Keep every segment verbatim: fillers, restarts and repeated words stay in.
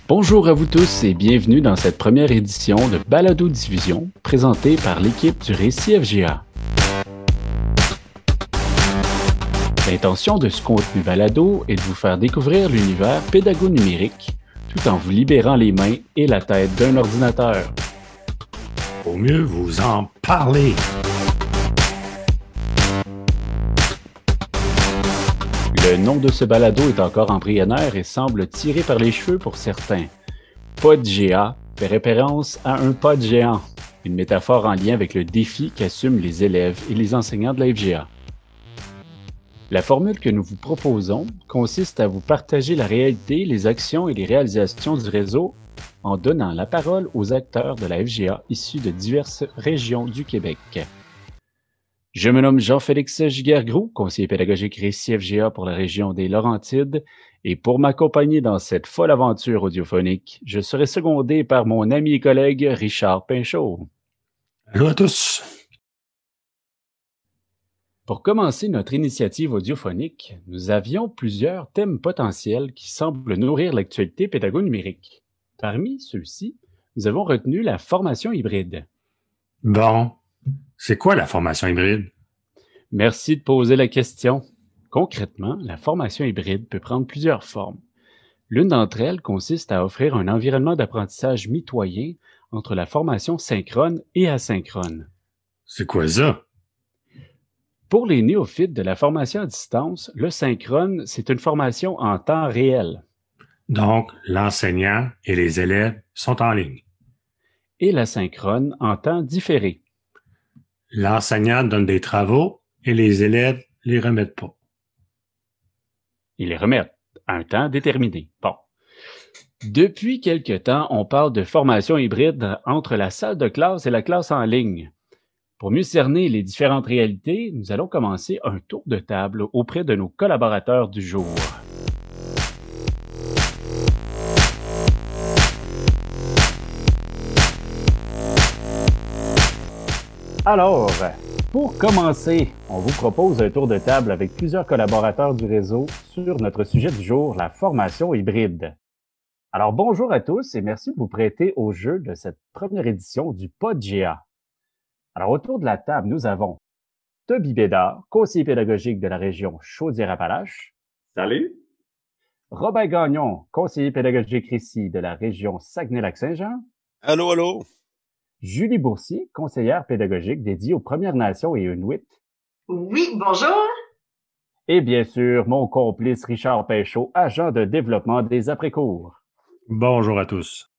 Bonjour à vous tous et bienvenue dans cette première édition de Balado Diffusion présentée par l'équipe du Récit F G A. L'intention de ce contenu balado est de vous faire découvrir l'univers pédago-numérique tout en vous libérant les mains et la tête d'un ordinateur. Au mieux vous en parler. Le nom de ce balado est encore embryonnaire et semble tiré par les cheveux pour certains. PodGA fait référence à un pod géant, une métaphore en lien avec le défi qu'assument les élèves et les enseignants de la F G A. La formule que nous vous proposons consiste à vous partager la réalité, les actions et les réalisations du réseau en donnant la parole aux acteurs de la F G A issus de diverses régions du Québec. Je me nomme Jean-Félix Giguère-Groux, conseiller pédagogique Récit F G A pour la région des Laurentides, et pour m'accompagner dans cette folle aventure audiophonique, je serai secondé par mon ami et collègue Richard Pinchot. Allô à tous! Pour commencer notre initiative audiophonique, nous avions plusieurs thèmes potentiels qui semblent nourrir l'actualité pédago-numérique. Parmi ceux-ci, nous avons retenu la formation hybride. Bon, c'est quoi la formation hybride? Merci de poser la question. Concrètement, la formation hybride peut prendre plusieurs formes. L'une d'entre elles consiste à offrir un environnement d'apprentissage mitoyen entre la formation synchrone et asynchrone. C'est quoi ça? Pour les néophytes de la formation à distance, le synchrone, c'est une formation en temps réel. Donc, l'enseignant et les élèves sont en ligne. Et l'asynchrone en temps différé. L'enseignant donne des travaux et les élèves les remettent pas. Ils les remettent à un temps déterminé. Bon. Depuis quelque temps, on parle de formation hybride entre la salle de classe et la classe en ligne. Pour mieux cerner les différentes réalités, nous allons commencer un tour de table auprès de nos collaborateurs du jour. Alors, pour commencer, on vous propose un tour de table avec plusieurs collaborateurs du réseau sur notre sujet du jour, la formation hybride. Alors, bonjour à tous et merci de vous prêter au jeu de cette première édition du PodGA. Alors, autour de la table, nous avons Toby Bédard, conseiller pédagogique de la région Chaudière-Appalaches. Salut! Robin Gagnon, conseiller pédagogique Récit de la région Saguenay-Lac-Saint-Jean. Allô, allô! Julie Boursier, conseillère pédagogique dédiée aux Premières Nations et Inuits. Oui, bonjour! Et bien sûr, mon complice Richard Pinchot, agent de développement des après-cours. Bonjour à tous.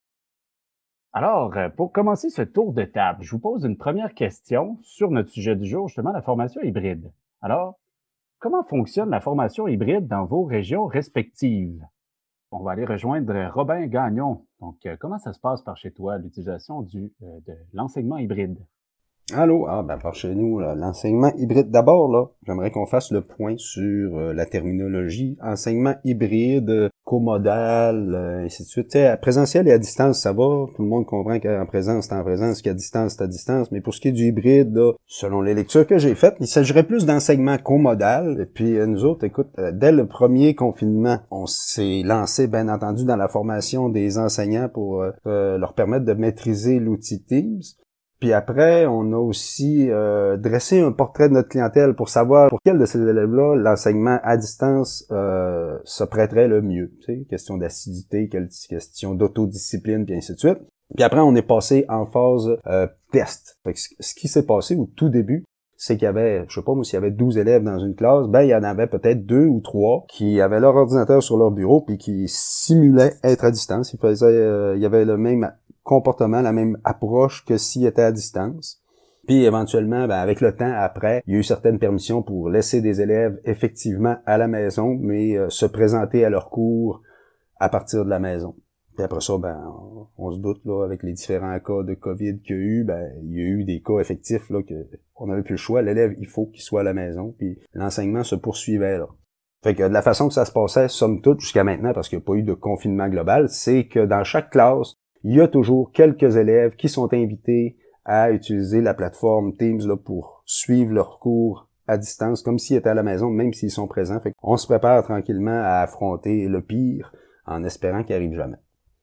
Alors, pour commencer ce tour de table, je vous pose une première question sur notre sujet du jour, justement la formation hybride. Alors, comment fonctionne la formation hybride dans vos régions respectives? On va aller rejoindre Robin Gagnon. Donc, euh, comment ça se passe par chez toi, l'utilisation du euh, de l'enseignement hybride? Allô? Ah, ben, par chez nous, là, l'enseignement hybride. D'abord, là, j'aimerais qu'on fasse le point sur euh, la terminologie. Enseignement hybride, euh, comodal, euh, ainsi de suite. Tu sais, à présentiel et à distance, ça va. Tout le monde comprend qu'en présence, c'est en présence, qu'à distance, c'est à distance. Mais pour ce qui est du hybride, là, selon les lectures que j'ai faites, il s'agirait plus d'enseignement comodal. Et puis, euh, nous autres, écoute, euh, dès le premier confinement, on s'est lancé, bien entendu, dans la formation des enseignants pour euh, euh, leur permettre de maîtriser l'outil Teams. Puis après, on a aussi euh, dressé un portrait de notre clientèle pour savoir pour quel de ces élèves-là l'enseignement à distance euh, se prêterait le mieux. Tu sais, question d'assiduité, question d'autodiscipline, puis ainsi de suite. Puis après, on est passé en phase euh, test. Fait que ce qui s'est passé au tout début, c'est qu'il y avait, je sais pas moi, s'il y avait douze élèves dans une classe, ben il y en avait peut-être deux ou trois qui avaient leur ordinateur sur leur bureau puis qui simulaient être à distance. Ils faisaient, euh, il y avait le même comportement, la même approche que s'ils étaient à distance. Puis éventuellement, ben, avec le temps après, il y a eu certaines permissions pour laisser des élèves effectivement à la maison, mais euh, se présenter à leur cours à partir de la maison. Puis après ça, ben, on, on se doute, là, avec les différents cas de COVID qu'il y a eu, ben, il y a eu des cas effectifs, là, que on n'avait plus le choix. L'élève, il faut qu'il soit à la maison, puis l'enseignement se poursuivait, là. Fait que de la façon que ça se passait, somme toute, jusqu'à maintenant, parce qu'il n'y a pas eu de confinement global, c'est que dans chaque classe, il y a toujours quelques élèves qui sont invités à utiliser la plateforme Teams là, pour suivre leurs cours à distance, comme s'ils étaient à la maison, même s'ils sont présents. Fait qu'on se prépare tranquillement à affronter le pire en espérant qu'il arrive jamais.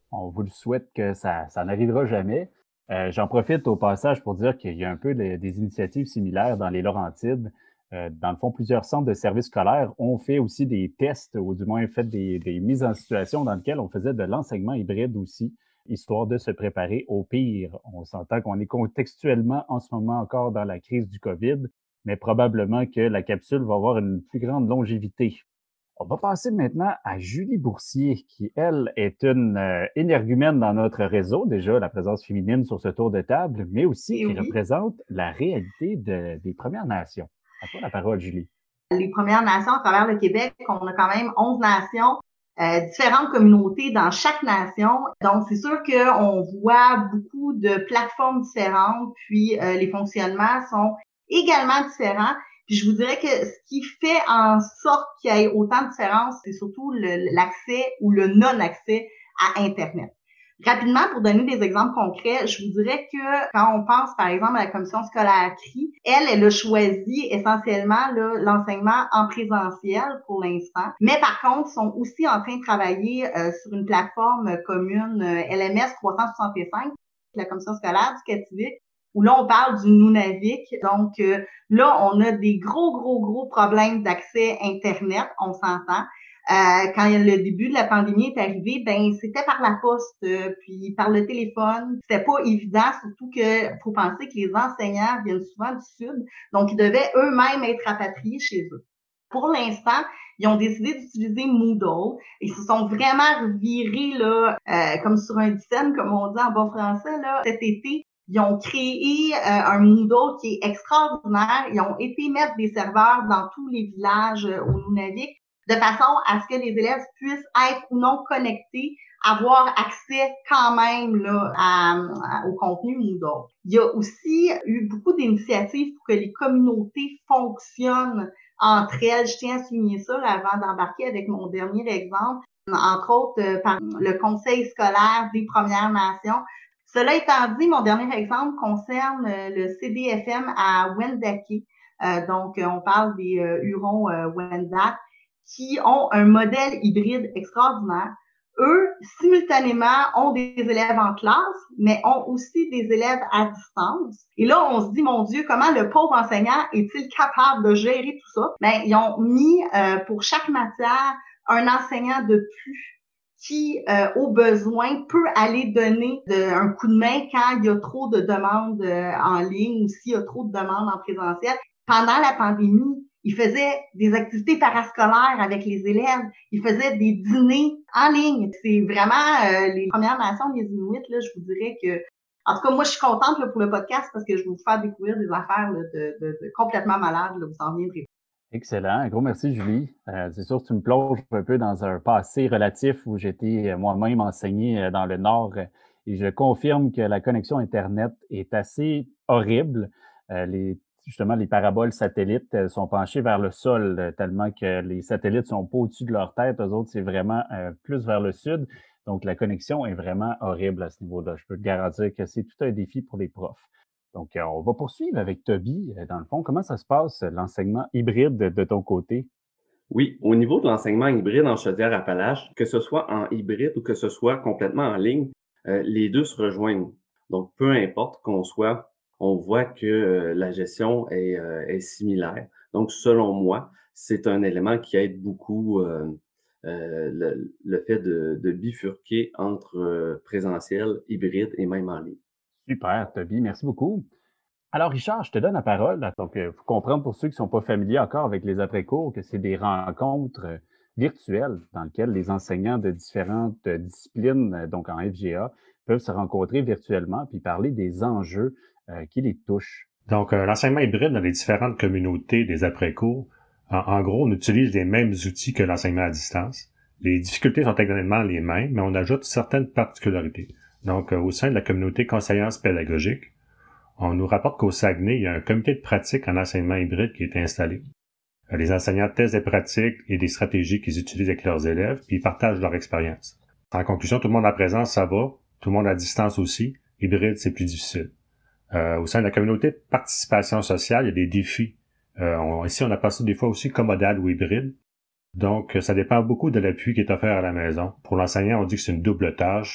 On vous le souhaite que ça, ça n'arrivera jamais. Euh, j'en profite au passage pour dire qu'il y a un peu de, des initiatives similaires dans les Laurentides. Euh, dans le fond, plusieurs centres de services scolaires ont fait aussi des tests, ou du moins fait des, des mises en situation dans lesquelles on faisait de l'enseignement hybride aussi, histoire de se préparer au pire. On s'entend qu'on est contextuellement en ce moment encore dans la crise du COVID, mais probablement que la capsule va avoir une plus grande longévité. On va passer maintenant à Julie Boursier, qui, elle, est une euh, énergumène dans notre réseau, déjà la présence féminine sur ce tour de table, mais aussi Et qui oui. représente la réalité de, des Premières Nations. À toi la parole, Julie. Les Premières Nations à travers le Québec, on a quand même onze nations, euh, différentes communautés dans chaque nation. Donc, c'est sûr qu'on voit beaucoup de plateformes différentes, puis euh, les fonctionnements sont également différents. Puis je vous dirais que ce qui fait en sorte qu'il y ait autant de différences, c'est surtout le, l'accès ou le non-accès à Internet. Rapidement, pour donner des exemples concrets, je vous dirais que quand on pense, par exemple, à la commission scolaire C R I, elle, elle a choisi essentiellement là, l'enseignement en présentiel pour l'instant. Mais par contre, ils sont aussi en train de travailler euh, sur une plateforme commune euh, L M S trois cent soixante-cinq, la commission scolaire du Kativik, où là, on parle du Nunavik. Donc, euh, là, on a des gros, gros, gros problèmes d'accès Internet, on s'entend. Euh, quand le début de la pandémie est arrivé, ben c'était par la poste, euh, puis par le téléphone. C'était pas évident, surtout que faut penser que les enseignants viennent souvent du Sud, donc ils devaient eux-mêmes être rapatriés chez eux. Pour l'instant, ils ont décidé d'utiliser Moodle. Ils se sont vraiment revirés là, euh, comme sur un dixaine, comme on dit en bon français, là, cet été. Ils ont créé euh, un Moodle qui est extraordinaire. Ils ont été mettre des serveurs dans tous les villages euh, au Nunavik, de façon à ce que les élèves puissent être ou non connectés, avoir accès quand même là, à, à, au contenu Moodle. Il y a aussi eu beaucoup d'initiatives pour que les communautés fonctionnent entre elles. Je tiens à souligner ça là, avant d'embarquer avec mon dernier exemple, entre autres euh, par le Conseil scolaire des Premières Nations. Cela étant dit, mon dernier exemple concerne euh, le C D F M à Wendake. Euh, donc, on parle des euh, Hurons euh, Wendat, qui ont un modèle hybride extraordinaire. Eux, simultanément, ont des élèves en classe, mais ont aussi des élèves à distance. Et là, on se dit, mon Dieu, comment le pauvre enseignant est-il capable de gérer tout ça? Ben, ils ont mis euh, pour chaque matière un enseignant de plus qui, euh, au besoin, peut aller donner de, un coup de main quand il y a trop de demandes euh, en ligne ou s'il y a trop de demandes en présentiel. Pendant la pandémie, il faisait des activités parascolaires avec les élèves. Il faisait des dîners en ligne. C'est vraiment euh, les Premières Nations, les Inuits, là, je vous dirais que... En tout cas, moi, je suis contente là, pour le podcast parce que je vais vous faire découvrir des affaires là, de, de, de complètement malades. Là, vous en reviendrez. Excellent. Un gros merci, Julie. Euh, c'est sûr que tu me plonges un peu dans un passé relatif où j'étais moi-même enseigné dans le Nord et je confirme que la connexion Internet est assez horrible. Euh, les Justement, les paraboles satellites sont penchées vers le sol tellement que les satellites sont pas au-dessus de leur tête. Eux autres, c'est vraiment euh, plus vers le sud. Donc, la connexion est vraiment horrible à ce niveau-là. Je peux te garantir que c'est tout un défi pour les profs. Donc, euh, on va poursuivre avec Toby. Dans le fond, comment ça se passe, l'enseignement hybride de, de ton côté? Oui, au niveau de l'enseignement hybride en Chaudière-Appalaches, que ce soit en hybride ou que ce soit complètement en ligne, euh, les deux se rejoignent. Donc, peu importe qu'on soit, on voit que euh, la gestion est, euh, est similaire. Donc, selon moi, c'est un élément qui aide beaucoup euh, euh, le, le fait de, de bifurquer entre euh, présentiel, hybride et même en ligne. Super, Toby, merci beaucoup. Alors, Richard, je te donne la parole. Donc, il faut comprendre pour ceux qui ne sont pas familiers encore avec les après-cours que c'est des rencontres virtuelles dans lesquelles les enseignants de différentes disciplines, donc en F G A, peuvent se rencontrer virtuellement puis parler des enjeux euh, qui les touchent. Donc, euh, l'enseignement hybride dans les différentes communautés des après-cours, en, en gros, on utilise les mêmes outils que l'enseignement à distance. Les difficultés sont exactement les mêmes, mais on ajoute certaines particularités. Donc, euh, au sein de la communauté conseillance pédagogique, on nous rapporte qu'au Saguenay, il y a un comité de pratique en enseignement hybride qui est installé. Euh, les enseignants testent des pratiques et des stratégies qu'ils utilisent avec leurs élèves, puis ils partagent leur expérience. En conclusion, tout le monde à présence, ça va. Tout le monde à distance aussi. Hybride, c'est plus difficile. Euh, au sein de la communauté de participation sociale, il y a des défis. Euh, on, ici, on appelle ça des fois aussi commodal ou hybride. Donc, ça dépend beaucoup de l'appui qui est offert à la maison. Pour l'enseignant, on dit que c'est une double tâche.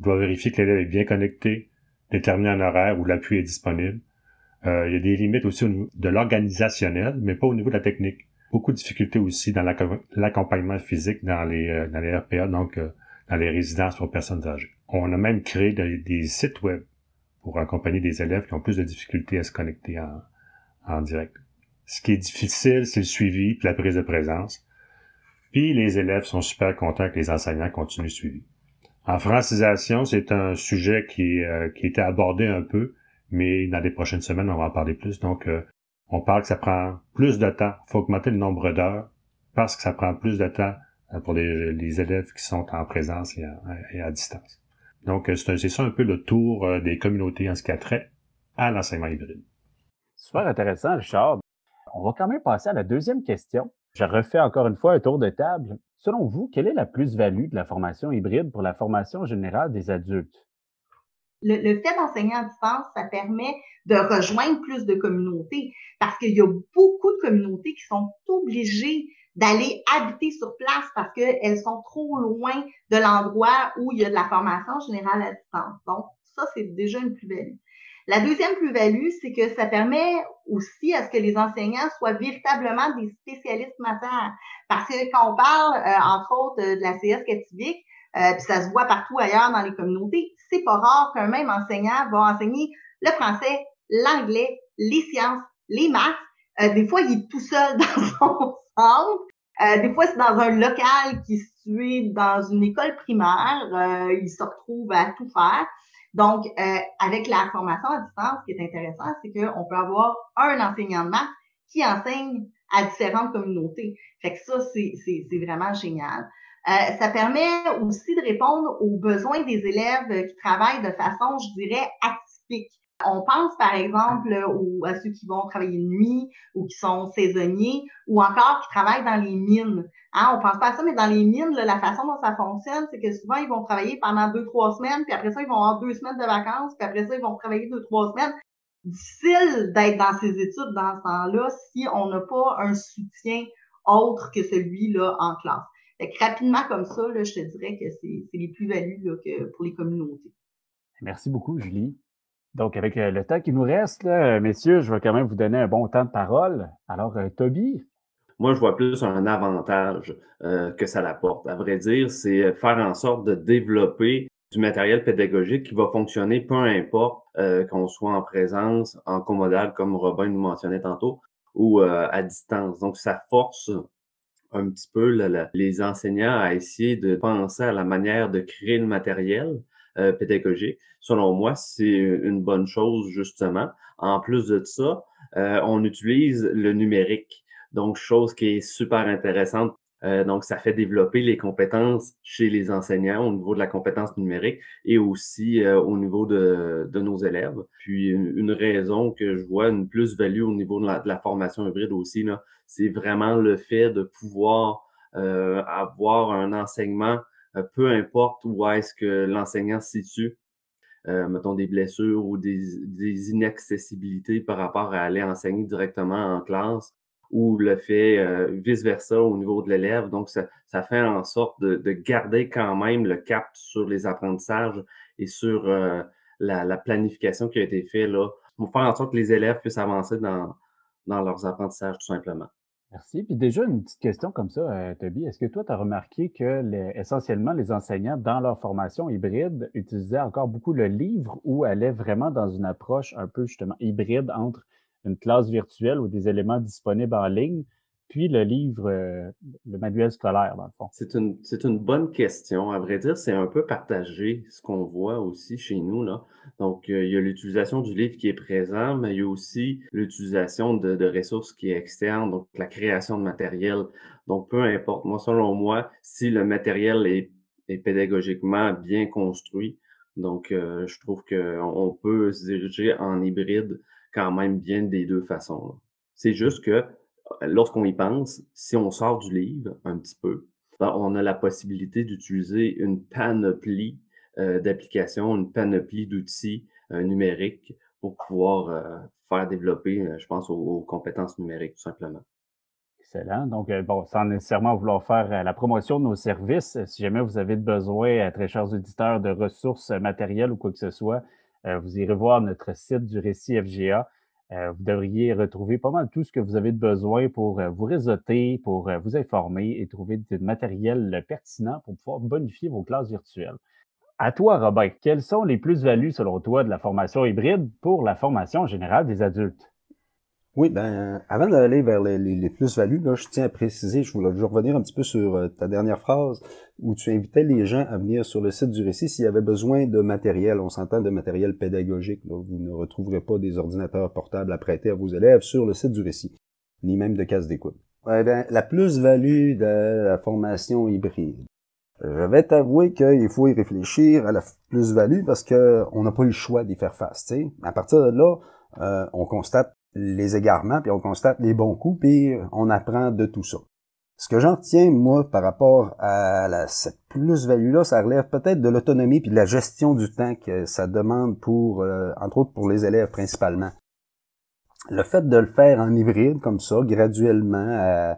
Il doit vérifier que l'élève est bien connecté, déterminer un horaire où l'appui est disponible. Euh, il y a des limites aussi au niveau de l'organisationnel, mais pas au niveau de la technique. Beaucoup de difficultés aussi dans l'accompagnement physique dans les, euh, dans les R P A, donc euh, dans les résidences pour personnes âgées. On a même créé des, des sites web pour accompagner des élèves qui ont plus de difficultés à se connecter en, en direct. Ce qui est difficile, c'est le suivi puis la prise de présence. Puis les élèves sont super contents que les enseignants continuent le suivi. En francisation, c'est un sujet qui, euh, qui a été abordé un peu, mais dans les prochaines semaines, on va en parler plus. Donc, euh, on parle que ça prend plus de temps. Il faut augmenter le nombre d'heures parce que ça prend plus de temps pour les, les élèves qui sont en présence et à, et à distance. Donc, c'est, c'est ça un peu le tour des communautés en ce qui a trait à l'enseignement hybride. Super intéressant, Richard. On va quand même passer à la deuxième question. Je refais encore une fois un tour de table. Selon vous, quelle est la plus-value de la formation hybride pour la formation générale des adultes? Le, le fait d'enseigner à distance, ça permet de rejoindre plus de communautés parce qu'il y a beaucoup de communautés qui sont obligées d'aller habiter sur place parce qu'elles sont trop loin de l'endroit où il y a de la formation générale à distance. Donc, ça, c'est déjà une plus-value. La deuxième plus-value, c'est que ça permet aussi à ce que les enseignants soient véritablement des spécialistes matière. Parce que quand on parle, euh, entre autres, de la C S Kativik, euh, puis ça se voit partout ailleurs dans les communautés, c'est pas rare qu'un même enseignant va enseigner le français, l'anglais, les sciences, les maths. Euh, des fois, il est tout seul dans son centre. Euh, des fois, c'est dans un local qui est situé dans une école primaire. Euh, il se retrouve à tout faire. Donc, euh, avec la formation à distance, ce qui est intéressant, c'est qu'on peut avoir un enseignant de maths qui enseigne à différentes communautés. Fait que ça, c'est, c'est, c'est vraiment génial. Euh, ça permet aussi de répondre aux besoins des élèves qui travaillent de façon, je dirais, atypique. On pense, par exemple, aux, à ceux qui vont travailler de nuit ou qui sont saisonniers ou encore qui travaillent dans les mines. Hein, on pense pas à ça, mais dans les mines, là, la façon dont ça fonctionne, c'est que souvent, ils vont travailler pendant deux, trois semaines, puis après ça, ils vont avoir deux semaines de vacances, puis après ça, ils vont travailler deux, trois semaines. Difficile d'être dans ces études dans ce temps-là si on n'a pas un soutien autre que celui-là en classe. Fait que rapidement comme ça, là, je te dirais que c'est, c'est les plus-values là, que pour les communautés. Merci beaucoup, Julie. Donc, avec euh, le temps qui nous reste, là, messieurs, je vais quand même vous donner un bon temps de parole. Alors, euh, Toby? Moi, je vois plus un avantage euh, que ça l'apporte. À vrai dire, c'est faire en sorte de développer du matériel pédagogique qui va fonctionner peu importe euh, qu'on soit en présence, en comodal, comme Robin nous mentionnait tantôt, ou euh, à distance. Donc, ça force un petit peu la, la, les enseignants à essayer de penser à la manière de créer le matériel euh, pédagogique. Selon moi, c'est une bonne chose, justement. En plus de ça, euh, on utilise le numérique. Donc, chose qui est super intéressante. Euh, donc, ça fait développer les compétences chez les enseignants au niveau de la compétence numérique et aussi euh, au niveau de, de nos élèves. Puis, une, une raison que je vois une plus-value au niveau de la, de la formation hybride aussi, là, c'est vraiment le fait de pouvoir euh, avoir un enseignement, euh, peu importe où est-ce que l'enseignant se situe, euh, mettons des blessures ou des, des inaccessibilités par rapport à aller enseigner directement en classe, ou le fait euh, vice-versa au niveau de l'élève. Donc, ça, ça fait en sorte de, de garder quand même le cap sur les apprentissages et sur euh, la, la planification qui a été faite là, pour faire en sorte que les élèves puissent avancer dans, dans leurs apprentissages tout simplement. Merci. Puis déjà, une petite question comme ça, euh, Toby. Est-ce que toi, tu as remarqué que les, essentiellement les enseignants, dans leur formation hybride, utilisaient encore beaucoup le livre ou allaient vraiment dans une approche un peu justement hybride entre une classe virtuelle ou des éléments disponibles en ligne, puis le livre, euh, le manuel scolaire, dans le fond? C'est une, c'est une bonne question. À vrai dire, c'est un peu partagé, ce qu'on voit aussi chez nous, là. Donc, euh, il y a l'utilisation du livre qui est présent, mais il y a aussi l'utilisation de, de ressources qui est externe, donc la création de matériel. Donc, peu importe. Moi, selon moi, si le matériel est, est pédagogiquement bien construit, donc euh, je trouve qu'on peut se diriger en hybride quand même bien des deux façons, là. C'est juste que lorsqu'on y pense, si on sort du livre un petit peu, ben, on a la possibilité d'utiliser une panoplie euh, d'applications, une panoplie d'outils euh, numériques pour pouvoir euh, faire développer, euh, je pense, aux, aux compétences numériques, tout simplement. Excellent. Donc, euh, bon, sans nécessairement vouloir faire euh, la promotion de nos services, euh, si jamais vous avez besoin, euh, très chers auditeurs, de ressources euh, matérielles ou quoi que ce soit, euh, vous irez voir notre site du Récit F G A. Euh, vous devriez retrouver pas mal tout ce que vous avez de besoin pour euh, vous réseauter, pour euh, vous informer et trouver du matériel euh, pertinent pour pouvoir bonifier vos classes virtuelles. À toi, Robin, quelles sont les plus-values, selon toi, de la formation hybride pour la formation générale des adultes? Oui, ben, avant d'aller vers les, les, les plus-values, là, je tiens à préciser, je voulais, je veux revenir un petit peu sur euh, ta dernière phrase, où tu invitais les gens à venir sur le site du Récit s'il y avait besoin de matériel. On s'entend de matériel pédagogique, là. Vous ne retrouverez pas des ordinateurs portables à prêter à vos élèves sur le site du Récit, ni même de casse d'écoute. Eh bien, la plus-value de la formation hybride. Je vais t'avouer qu'il faut y réfléchir à la plus-value parce que on n'a pas eu le choix d'y faire face, tu sais. À partir de là, euh, on constate les égarements, puis on constate les bons coups, puis on apprend de tout ça. Ce que j'en retiens, moi, par rapport à la, cette plus-value-là, ça relève peut-être de l'autonomie puis de la gestion du temps que ça demande pour, euh, entre autres pour les élèves principalement. Le fait de le faire en hybride, comme ça, graduellement, à,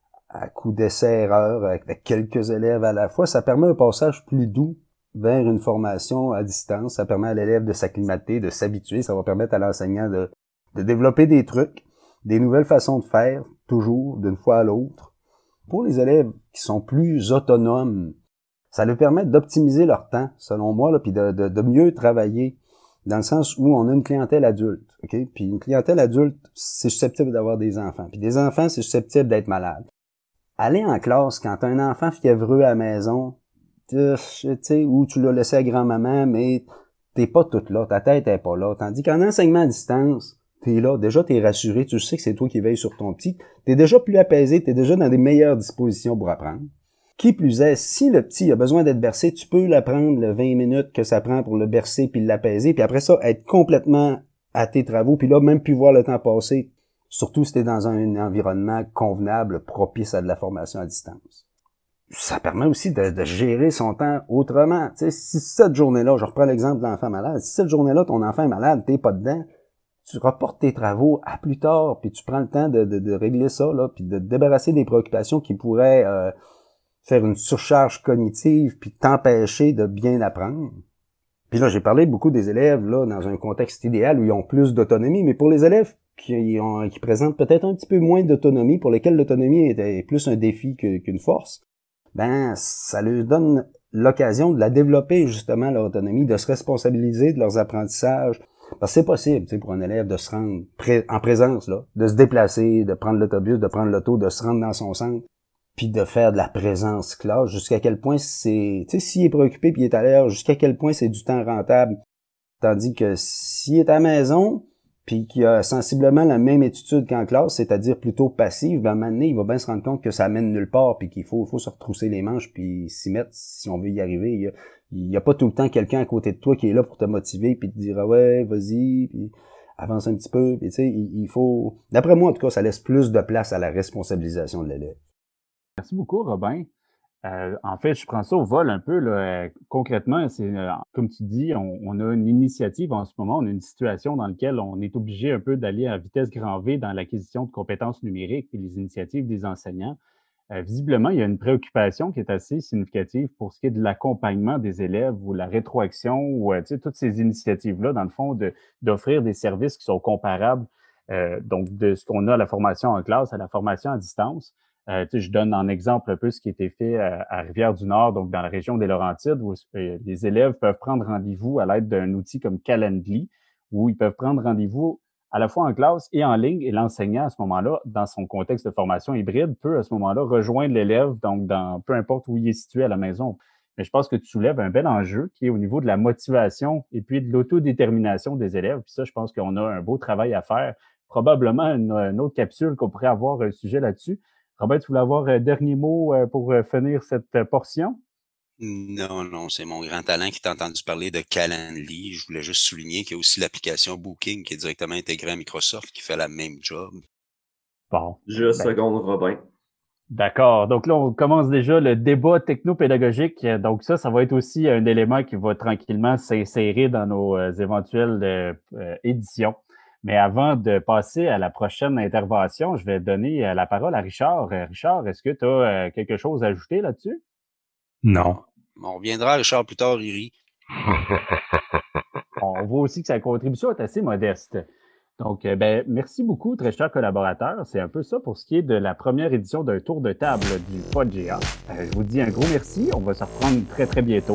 à coup d'essai-erreur, avec quelques élèves à la fois, ça permet un passage plus doux vers une formation à distance. Ça permet à l'élève de s'acclimater, de s'habituer. Ça va permettre à l'enseignant de de développer des trucs, des nouvelles façons de faire, toujours, d'une fois à l'autre. Pour les élèves qui sont plus autonomes, ça leur permet d'optimiser leur temps, selon moi, là, puis de, de, de mieux travailler, dans le sens où on a une clientèle adulte, ok? Puis une clientèle adulte, c'est susceptible d'avoir des enfants. Puis des enfants, c'est susceptible d'être malades. Aller en classe quand t'as un enfant fiévreux à la maison, tu sais, ou tu l'as laissé à grand-maman, mais t'es pas toute là, ta tête est pas là. Tandis qu'en enseignement à distance, t'es là, déjà t'es rassuré, tu sais que c'est toi qui veilles sur ton petit, t'es déjà plus apaisé, t'es déjà dans des meilleures dispositions pour apprendre. Qui plus est, si le petit a besoin d'être bercé, tu peux l'apprendre le vingt minutes que ça prend pour le bercer puis l'apaiser, puis après ça, être complètement à tes travaux, puis là, même plus voir le temps passer, surtout si t'es dans un environnement convenable, propice à de la formation à distance. Ça permet aussi de, de gérer son temps autrement. Tu sais, si cette journée-là, je reprends l'exemple de l'enfant malade, si cette journée-là, ton enfant est malade, t'es pas dedans, tu reportes tes travaux à plus tard, puis tu prends le temps de, de, de régler ça, là, puis de te débarrasser des préoccupations qui pourraient euh, faire une surcharge cognitive, puis t'empêcher de bien apprendre. Puis là, j'ai parlé beaucoup des élèves là dans un contexte idéal où ils ont plus d'autonomie, mais pour les élèves qui, ont, qui présentent peut-être un petit peu moins d'autonomie, pour lesquels l'autonomie est plus un défi que, qu'une force, ben ça leur donne l'occasion de la développer justement, leur autonomie, de se responsabiliser de leurs apprentissages. Parce que c'est possible, tu sais, pour un élève de se rendre pré- en présence, là, de se déplacer, de prendre l'autobus, de prendre l'auto, de se rendre dans son centre, puis de faire de la présence classe, jusqu'à quel point c'est, tu sais, s'il est préoccupé puis il est à l'air, jusqu'à quel point c'est du temps rentable. Tandis que s'il est à la maison, puis qu'il a sensiblement la même attitude qu'en classe, c'est-à-dire plutôt passive, ben, à un moment donné, il va bien se rendre compte que ça mène nulle part, puis qu'il faut, faut se retrousser les manches, puis s'y mettre si on veut y arriver. Il y a, il y a pas tout le temps quelqu'un à côté de toi qui est là pour te motiver, puis te dire ah ouais, vas-y, puis avance un petit peu, puis tu sais, il, il faut... D'après moi, en tout cas, ça laisse plus de place à la responsabilisation de l'élève. Merci beaucoup, Robin. Euh, en fait, je prends ça au vol un peu. Là. Euh, concrètement, c'est euh, comme tu dis, on, on a une initiative en ce moment, on a une situation dans laquelle on est obligé un peu d'aller à vitesse grand V dans l'acquisition de compétences numériques et les initiatives des enseignants. Euh, visiblement, il y a une préoccupation qui est assez significative pour ce qui est de l'accompagnement des élèves ou la rétroaction ou euh, tu sais, toutes ces initiatives-là, dans le fond, de, d'offrir des services qui sont comparables, euh, donc de ce qu'on a à la formation en classe à la formation à distance. Euh, tu sais, je donne en exemple un peu ce qui a été fait à, à Rivière-du-Nord, donc dans la région des Laurentides, où euh, les élèves peuvent prendre rendez-vous à l'aide d'un outil comme Calendly, où ils peuvent prendre rendez-vous à la fois en classe et en ligne, et l'enseignant, à ce moment-là, dans son contexte de formation hybride, peut à ce moment-là rejoindre l'élève, donc dans peu importe où il est situé à la maison. Mais je pense que tu soulèves un bel enjeu qui est au niveau de la motivation et puis de l'autodétermination des élèves. Puis ça, je pense qu'on a un beau travail à faire. Probablement une, une autre capsule qu'on pourrait avoir un sujet là-dessus. Robert, tu voulais avoir un dernier mot pour finir cette portion? Non, non, c'est mon grand talent qui t'a entendu parler de Calendly. Je voulais juste souligner qu'il y a aussi l'application Booking qui est directement intégrée à Microsoft qui fait la même job. Bon. Je ben, seconde Robin. D'accord. Donc là, on commence déjà le débat technopédagogique. Donc ça, ça va être aussi un élément qui va tranquillement s'insérer dans nos euh, éventuelles euh, euh, éditions. Mais avant de passer à la prochaine intervention, je vais donner euh, la parole à Richard. Euh, Richard, est-ce que tu as euh, quelque chose à ajouter là-dessus? Non. On reviendra, Richard, plus tard, Riri. On voit aussi que sa contribution est assez modeste. Donc, euh, ben, merci beaucoup, très chers collaborateurs. C'est un peu ça pour ce qui est de la première édition d'un tour de table du PodGA. Euh, je vous dis un gros merci. On va se reprendre très, très bientôt.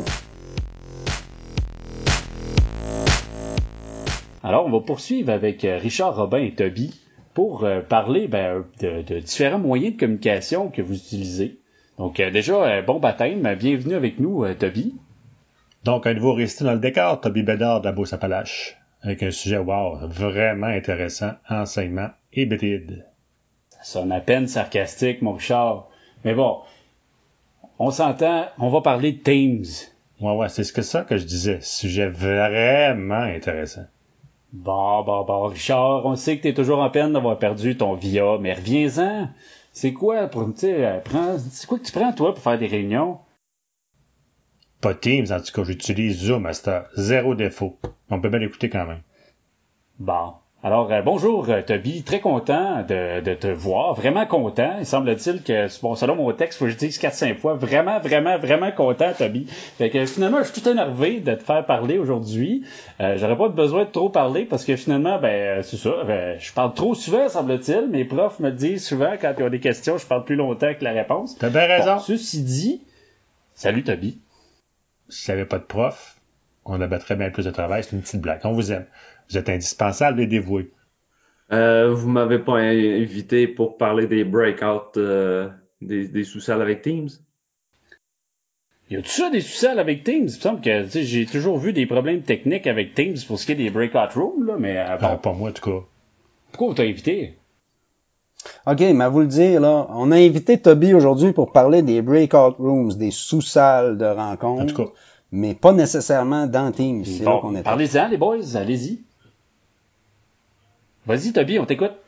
Alors, on va poursuivre avec Richard, Robin et Toby pour euh, parler ben, de, de différents moyens de communication que vous utilisez. Donc, euh, déjà, euh, bon baptême. Bienvenue avec nous, euh, Toby. Donc, un nouveau récit dans le décor, Toby Bédard de la Beauce-Appalaches, avec un sujet, wow, vraiment intéressant, enseignement hybride. Ça sonne à peine sarcastique, mon Richard. Mais bon, on s'entend, on va parler de Teams. Ouais, ouais, c'est ce que ça que je disais. Sujet vraiment intéressant. Bon, bon, bon, Richard, on sait que t'es toujours en peine d'avoir perdu ton V I A, mais reviens-en. C'est quoi pour, tu sais, prends, c'est quoi que tu prends, toi, pour faire des réunions? Pas Teams, en tout cas, j'utilise Zoom à cette heure. Zéro défaut. On peut bien l'écouter quand même. Bon. Alors, euh, bonjour, euh, Toby. Très content de, de te voir. Vraiment content. Il semble-t-il que, bon, selon mon texte, faut que je dise quatre cinq fois. Vraiment, vraiment, vraiment content, Toby. Fait que finalement, je suis tout énervé de te faire parler aujourd'hui. Euh, j'aurais pas besoin de trop parler parce que finalement, ben, c'est ça. Ben, je parle trop souvent, semble-t-il. Mes profs me disent souvent, quand ils ont des questions, je parle plus longtemps que la réponse. T'as bien raison. Bon, ceci dit, salut, Toby. Si j'avais pas de prof, on abattrait bien plus de travail. C'est une petite blague. On vous aime. Vous êtes indispensable et dévoué. Euh, vous m'avez pas invité pour parler des breakouts euh, des, des sous-salles avec Teams? Y a-tu ça des sous-salles avec Teams? Il me semble que tu sais, j'ai toujours vu des problèmes techniques avec Teams pour ce qui est des breakout rooms, là, mais euh, bon. Ah, pas moi, en tout cas. Pourquoi on t'a invité? OK, mais à vous le dire, là, on a invité Toby aujourd'hui pour parler des breakout rooms, des sous-salles de rencontres. En tout cas. Mais pas nécessairement dans Teams. C'est bon, là qu'on est. Parlez-en, les boys, allez-y. Vas-y, Toby, on t'écoute.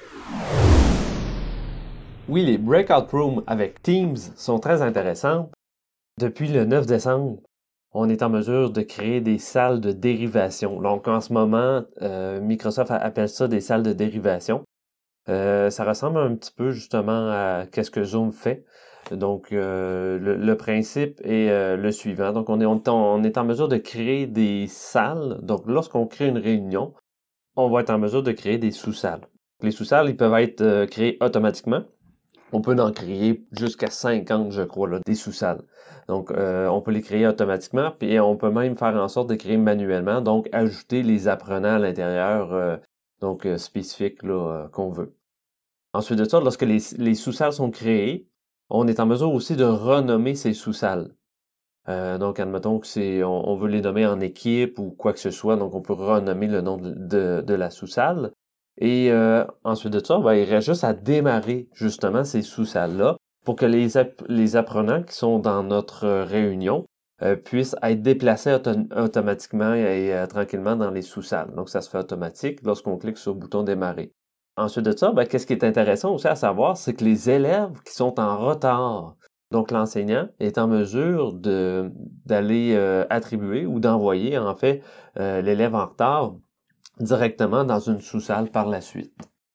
Oui, les breakout rooms avec Teams sont très intéressantes. Depuis le neuf décembre, on est en mesure de créer des salles de dérivation. Donc, en ce moment, euh, Microsoft appelle ça des salles de dérivation. Euh, ça ressemble un petit peu justement à qu'est-ce que Zoom fait. Donc, euh, le, le principe est euh, le suivant. Donc, on est, on, on est en mesure de créer des salles. Donc, lorsqu'on crée une réunion, on va être en mesure de créer des sous-salles. Les sous-salles, ils peuvent être euh, créés automatiquement. On peut en créer jusqu'à cinquante, je crois, là, des sous-salles. Donc, euh, on peut les créer automatiquement, puis on peut même faire en sorte de créer manuellement, donc ajouter les apprenants à l'intérieur, euh, donc euh, spécifiques là, euh, qu'on veut. Ensuite de ça, lorsque les, les sous-salles sont créées, on est en mesure aussi de renommer ces sous-salles. Euh, donc, admettons que c'est, on, on veut les nommer en équipe ou quoi que ce soit, donc on peut renommer le nom de, de, de la sous-salle. Et euh, ensuite de ça, ben, il reste juste à démarrer justement ces sous-salles-là pour que les, app- les apprenants qui sont dans notre réunion euh, puissent être déplacés auto- automatiquement et euh, tranquillement dans les sous-salles. Donc, ça se fait automatique lorsqu'on clique sur le bouton démarrer. Ensuite de ça, ben, qu'est-ce qui est intéressant aussi à savoir, c'est que les élèves qui sont en retard, donc l'enseignant est en mesure de d'aller euh, attribuer ou d'envoyer en fait euh, l'élève en retard directement dans une sous-salle par la suite.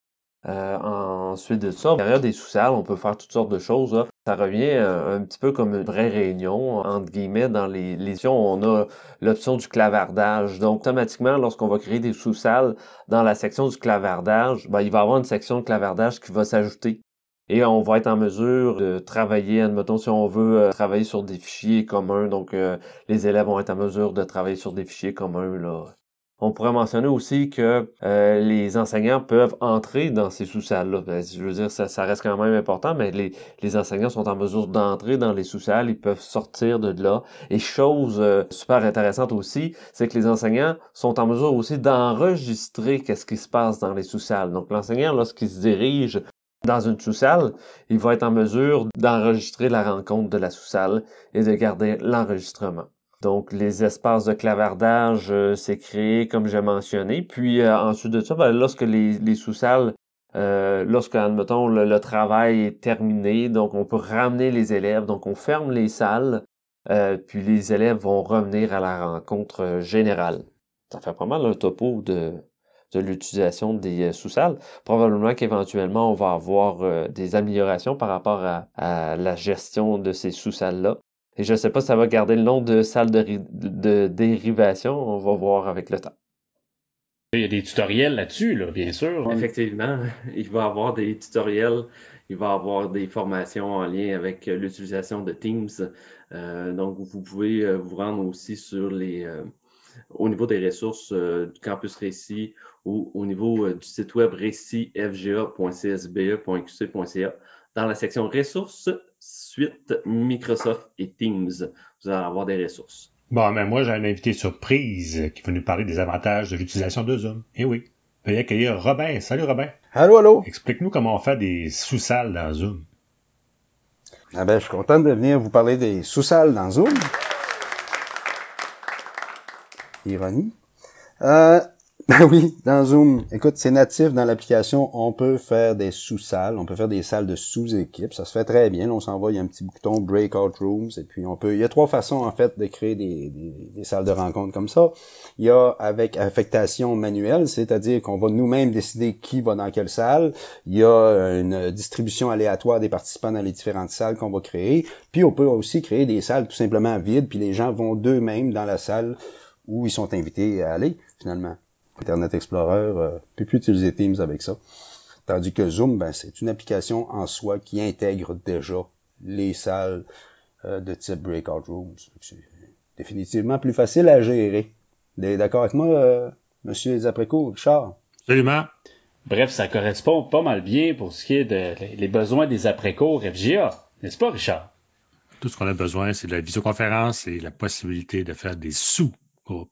Euh, ensuite de ça, derrière des sous-salles, on peut faire toutes sortes de choses. Là. Ça revient un, un petit peu comme une vraie réunion, entre guillemets, dans les, les options. On a l'option du clavardage. Donc, automatiquement, lorsqu'on va créer des sous-salles, dans la section du clavardage, ben, il va y avoir une section de clavardage qui va s'ajouter. Et on va être en mesure de travailler, admettons, si on veut euh, travailler sur des fichiers communs. Donc, euh, les élèves vont être en mesure de travailler sur des fichiers communs, là. On pourrait mentionner aussi que euh, les enseignants peuvent entrer dans ces sous-salles-là. Ben, je veux dire, ça, ça reste quand même important, mais les, les enseignants sont en mesure d'entrer dans les sous-salles, ils peuvent sortir de là. Et chose euh, super intéressante aussi, c'est que les enseignants sont en mesure aussi d'enregistrer qu'est-ce qui se passe dans les sous-salles. Donc l'enseignant, lorsqu'il se dirige dans une sous-salle, il va être en mesure d'enregistrer la rencontre de la sous-salle et de garder l'enregistrement. Donc, les espaces de clavardage, euh, c'est créé comme j'ai mentionné. Puis, euh, ensuite de ça, ben, lorsque les, les sous-salles, euh, lorsque, admettons, le, le travail est terminé, donc on peut ramener les élèves. Donc, on ferme les salles, euh, puis les élèves vont revenir à la rencontre euh, générale. Ça fait pas mal un topo de, de l'utilisation des sous-salles. Probablement qu'éventuellement, on va avoir euh, des améliorations par rapport à, à la gestion de ces sous-salles-là. Et je ne sais pas si ça va garder le nom de salle de, ri- de dérivation. On va voir avec le temps. Il y a des tutoriels là-dessus, là, bien sûr. Effectivement, il va y avoir des tutoriels, il va y avoir des formations en lien avec euh, l'utilisation de Teams. Euh, donc, vous pouvez euh, vous rendre aussi sur les, euh, au niveau des ressources euh, du campus Récit ou au niveau euh, du site web récit f g a point c s b e point q c point c a. Dans la section ressources, suite Microsoft et Teams, vous allez avoir des ressources. Bon, mais moi, j'ai un invité surprise qui va nous parler des avantages de l'utilisation de Zoom. Eh oui. Veuillez accueillir Robin. Salut, Robin. Allô, allô. Explique-nous comment on fait des sous-salles dans Zoom. Ah ben, je suis content de venir vous parler des sous-salles dans Zoom. Ironie. Euh, ben oui, dans Zoom. Écoute, c'est natif dans l'application. On peut faire des sous-salles. On peut faire des salles de sous-équipes. Ça se fait très bien. Là, on s'en va, il y a un petit bouton Breakout Rooms. Et puis, on peut, il y a trois façons, en fait, de créer des, des, des salles de rencontres comme ça. Il y a avec affectation manuelle, c'est-à-dire qu'on va nous-mêmes décider qui va dans quelle salle. Il y a une distribution aléatoire des participants dans les différentes salles qu'on va créer. Puis, on peut aussi créer des salles tout simplement vides. Puis, les gens vont d'eux-mêmes dans la salle où ils sont invités à aller, finalement. Internet Explorer euh, peut plus utiliser Teams avec ça. Tandis que Zoom, ben, c'est une application en soi qui intègre déjà les salles euh, de type Breakout Rooms. C'est définitivement plus facile à gérer. Vous êtes d'accord avec moi, euh, monsieur les après-cours, Richard? Absolument. Bref, ça correspond pas mal bien pour ce qui est des de, les besoins des après-cours F G A. N'est-ce pas, Richard? Tout ce qu'on a besoin, c'est de la visioconférence et la possibilité de faire des sous-groupes.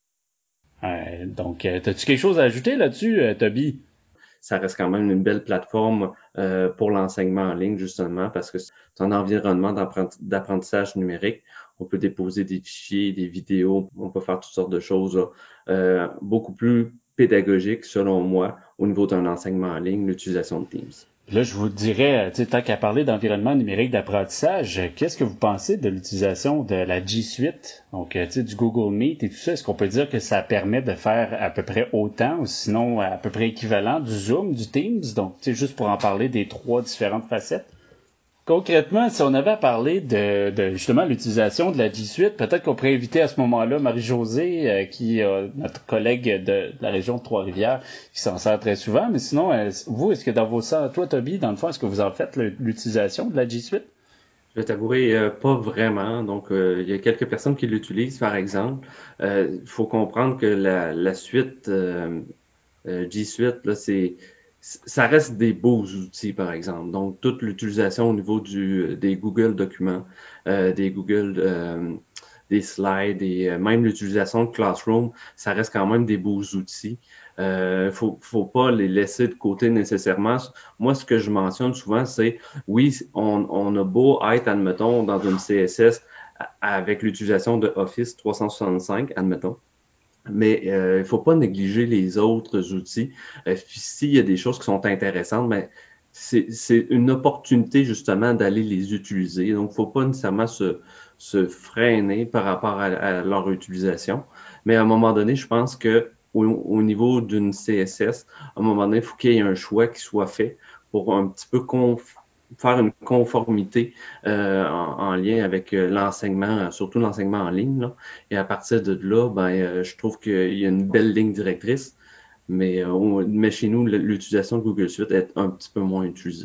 Euh, donc, euh, as-tu quelque chose à ajouter là-dessus, euh, Toby? Ça reste quand même une belle plateforme euh, pour l'enseignement en ligne, justement, parce que c'est un environnement d'apprentissage numérique. On peut déposer des fichiers, des vidéos, on peut faire toutes sortes de choses euh, beaucoup plus pédagogiques, selon moi, au niveau d'un enseignement en ligne, l'utilisation de Teams. Là, je vous dirais, tant qu'à parler d'environnement numérique d'apprentissage, qu'est-ce que vous pensez de l'utilisation de la G Suite, donc du Google Meet et tout ça? Est-ce qu'on peut dire que ça permet de faire à peu près autant, ou sinon à peu près équivalent du Zoom, du Teams? Donc, juste pour en parler des trois différentes facettes. Concrètement, si on avait à parler de, de justement l'utilisation de la G Suite, peut-être qu'on pourrait inviter à ce moment-là Marie-Josée, euh, qui est euh, notre collègue de, de la région de Trois-Rivières, qui s'en sert très souvent. Mais sinon, euh, vous, est-ce que dans vos salles, toi, Toby, dans le fond, est-ce que vous en faites le, l'utilisation de la G Suite? Je vais t'avouer, euh, pas vraiment. Donc, euh, il y a quelques personnes qui l'utilisent, par exemple. Il euh, faut comprendre que la, la suite euh, euh, G Suite, là, c'est ça reste des beaux outils, par exemple. Donc, toute l'utilisation au niveau du des Google Documents, euh, des Google euh, des slides et euh, même l'utilisation de Classroom, ça reste quand même des beaux outils. Euh, faut, faut pas les laisser de côté nécessairement. Moi, ce que je mentionne souvent, c'est oui, on, on a beau être, admettons, dans une C S S avec l'utilisation de Office trois cent soixante-cinq, admettons. Mais il euh, ne faut pas négliger les autres outils. Euh, S'il y a des choses qui sont intéressantes, mais c'est, c'est une opportunité justement d'aller les utiliser. Donc, il ne faut pas nécessairement se, se freiner par rapport à, à leur utilisation. Mais à un moment donné, je pense que au, au niveau d'une C S S, à un moment donné, il faut qu'il y ait un choix qui soit fait pour un petit peu conf- faire une conformité euh, en, en lien avec euh, l'enseignement, surtout l'enseignement en ligne. Là. Et à partir de là, ben, euh, je trouve qu'il y a une belle ligne directrice, mais, euh, on, mais chez nous, l'utilisation de Google Suite est un petit peu moins utilisée.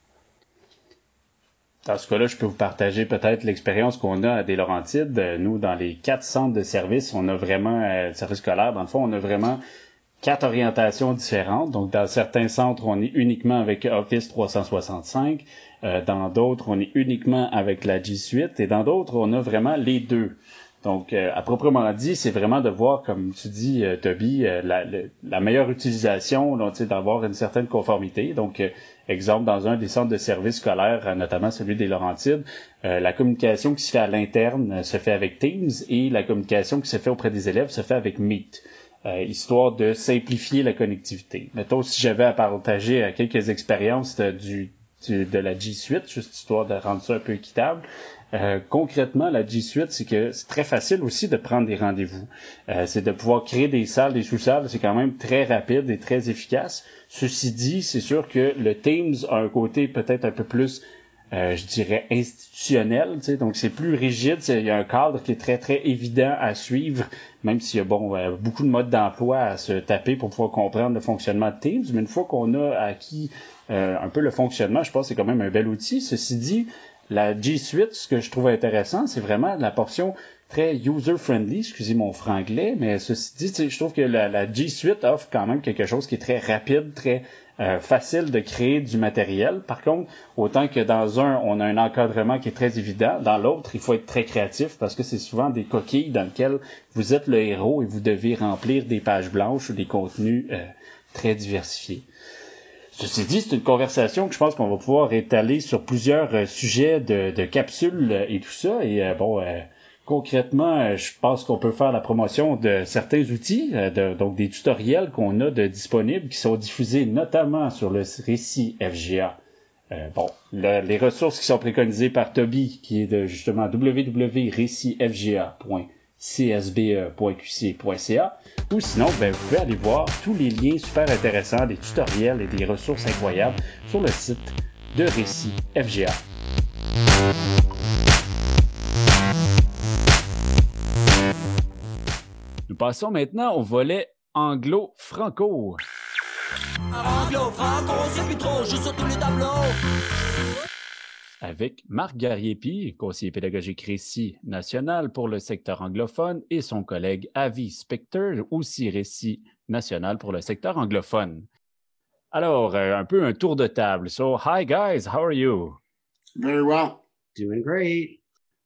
Dans ce cas-là, je peux vous partager peut-être l'expérience qu'on a à des Laurentides. Nous, dans les quatre centres de services, on a vraiment, euh, service scolaire, dans le fond, on a vraiment quatre orientations différentes. Donc, dans certains centres, on est uniquement avec Office trois cent soixante-cinq. Euh, dans d'autres, on est uniquement avec la G Suite. Et dans d'autres, on a vraiment les deux. Donc, euh, à proprement dit, c'est vraiment de voir, comme tu dis, euh, Toby, euh, la, le, la meilleure utilisation, donc, d'avoir une certaine conformité. Donc, euh, exemple, dans un des centres de services scolaires, notamment celui des Laurentides, euh, la communication qui se fait à l'interne euh, se fait avec Teams et la communication qui se fait auprès des élèves se fait avec Meet. Euh, histoire de simplifier la connectivité. Mettons, si j'avais à partager euh, quelques expériences de, du du, de la G Suite, juste histoire de rendre ça un peu équitable. Euh, concrètement, la G Suite, c'est que c'est très facile aussi de prendre des rendez-vous. Euh, c'est de pouvoir créer des salles, des sous-salles, c'est quand même très rapide et très efficace. Ceci dit, c'est sûr que le Teams a un côté peut-être un peu plus, euh, je dirais, institutionnel, tu sais, donc c'est plus rigide, il y a un cadre qui est très, très évident à suivre, même s'il y a bon, euh, beaucoup de modes d'emploi à se taper pour pouvoir comprendre le fonctionnement de Teams, mais une fois qu'on a acquis euh, un peu le fonctionnement, je pense que c'est quand même un bel outil. Ceci dit, la G Suite, ce que je trouve intéressant, c'est vraiment la portion très user-friendly, excusez mon franglais, mais ceci dit, je trouve que la, la G Suite offre quand même quelque chose qui est très rapide, très euh, facile de créer du matériel. Par contre, autant que dans un, on a un encadrement qui est très évident, dans l'autre, il faut être très créatif parce que c'est souvent des coquilles dans lesquelles vous êtes le héros et vous devez remplir des pages blanches ou des contenus euh, très diversifiés. Ceci dit, c'est une conversation que je pense qu'on va pouvoir étaler sur plusieurs euh, sujets de, de capsules euh, et tout ça. Et euh, bon, euh, concrètement, euh, je pense qu'on peut faire la promotion de certains outils, euh, de, donc des tutoriels qu'on a de disponibles qui sont diffusés notamment sur le récit F G A. Euh, bon, le, les ressources qui sont préconisées par Toby, qui est de justement w w w point récit f g a point c s b e point q c point c a, ou sinon, ben, vous pouvez aller voir tous les liens super intéressants, des tutoriels et des ressources incroyables sur le site de Récit F G A. Nous passons maintenant au volet anglo-franco. Anglo-franco, c'est plus trop, je sur tous les tableaux. Avec Marc Garriépi, conseiller pédagogique Récit national pour le secteur anglophone, et son collègue Avi Spector, aussi Récit national pour le secteur anglophone. Alors, un peu un tour de table. So, hi guys, how are you? Very well. Doing great.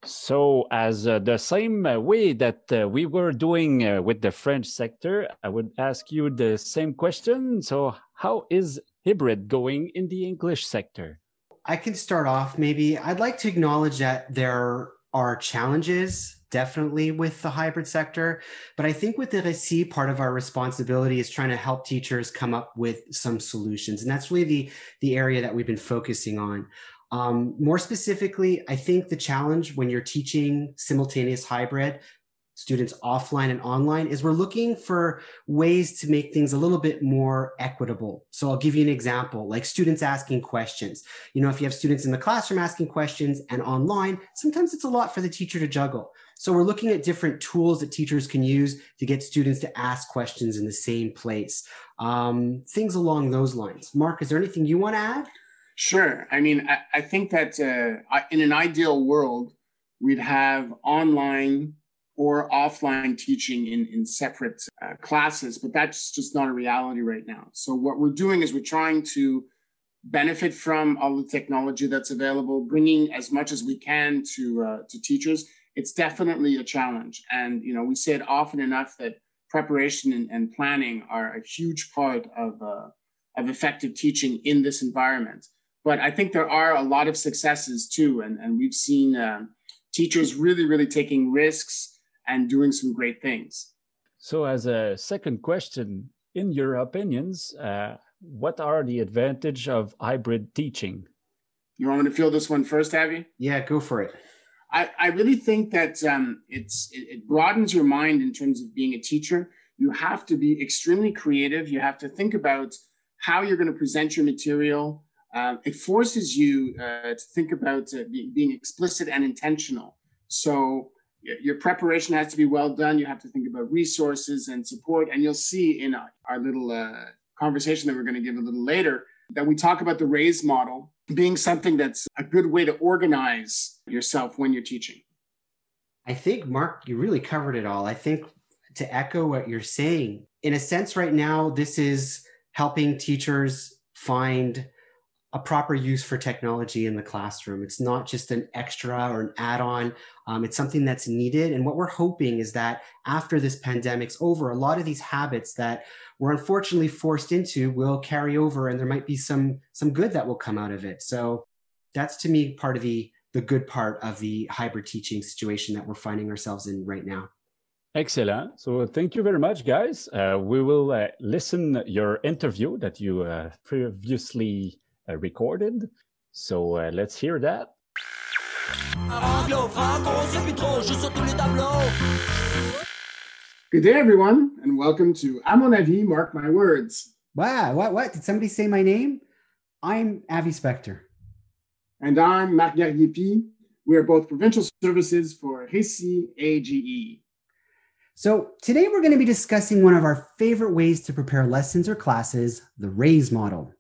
So, as uh, the same way that uh, we were doing uh, with the French sector, I would ask you the same question. So, how is hybrid going in the English sector? I can start off maybe. I'd like to acknowledge that there are challenges definitely with the hybrid sector, but I think with the Récit, part of our responsibility is trying to help teachers come up with some solutions. And that's really the, the area that we've been focusing on. Um, more specifically, I think the challenge when you're teaching simultaneous hybrid, students offline and online, is we're looking for ways to make things a little bit more equitable. So I'll give you an example, like students asking questions. You know, if you have students in the classroom asking questions and online, sometimes it's a lot for the teacher to juggle. So we're looking at different tools that teachers can use to get students to ask questions in the same place. Um, things along those lines. Mark, is there anything you want to add? Sure. I mean, I, I think that uh, in an ideal world, we'd have online or offline teaching in, in separate uh, classes, but that's just not a reality right now. So what we're doing is we're trying to benefit from all the technology that's available, bringing as much as we can to uh, to teachers. It's definitely a challenge. And, you know, we say it often enough that preparation and, and planning are a huge part of, uh, of effective teaching in this environment. But I think there are a lot of successes too. And, and we've seen uh, teachers really, really taking risks and doing some great things. So as a second question, in your opinions, uh, what are the advantages of hybrid teaching? You want me to field this one first, Avi? Yeah, go for it. I, I really think that um, it's it, it broadens your mind in terms of being a teacher. You have to be extremely creative. You have to think about how you're going to present your material. Uh, it forces you uh, to think about uh, be, being explicit and intentional. So your preparation has to be well done. You have to think about resources and support. And you'll see in our little uh, conversation that we're going to give a little later that we talk about the RAISE model being something that's a good way to organize yourself when you're teaching. I think, Mark, you really covered it all. I think to echo what you're saying, in a sense right now, this is helping teachers find a proper use for technology in the classroom. It's not just an extra or an add-on. Um, it's something that's needed. And what we're hoping is that after this pandemic's over, a lot of these habits that we're unfortunately forced into will carry over, and there might be some, some good that will come out of it. So that's, to me, part of the, the good part of the hybrid teaching situation that we're finding ourselves in right now. Excellent. So thank you very much, guys. Uh, we will uh, listen your interview that you uh, previously Uh, recorded. So uh, let's hear that. Good day, everyone, and welcome to À mon avis, Mark My Words. Wow, what, what? Did somebody say my name? I'm Avi Spector. And I'm Marc Gariepi. We are both provincial services for Récit A G E. So today we're going to be discussing one of our favorite ways to prepare lessons or classes, the RAISE model.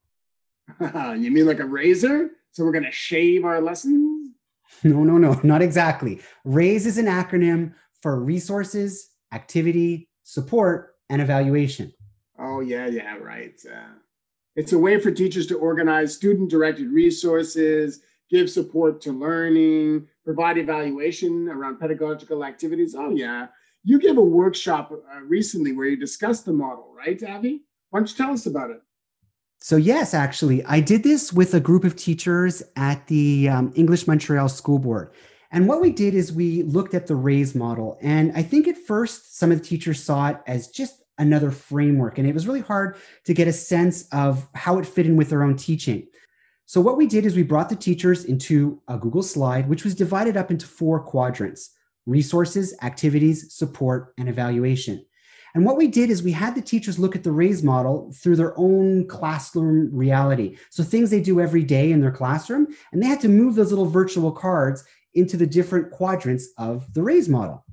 You mean like a razor? So we're going to shave our lessons? No, no, no, not exactly. RAISE is an acronym for resources, activity, support, and evaluation. Oh, yeah, yeah, right. Uh, it's a way for teachers to organize student-directed resources, give support to learning, provide evaluation around pedagogical activities. Oh, yeah. You gave a workshop uh, recently where you discussed the model, right, Avi? Why don't you tell us about it? So yes, actually, I did this with a group of teachers at the um, English Montreal School Board. And what we did is we looked at the RAISE model. And I think at first, some of the teachers saw it as just another framework. And it was really hard to get a sense of how it fit in with their own teaching. So what we did is we brought the teachers into a Google slide, which was divided up into four quadrants: resources, activities, support, and evaluation. And what we did is we had the teachers look at the RAISE model through their own classroom reality. So things they do every day in their classroom, and they had to move those little virtual cards into the different quadrants of the RAISE model.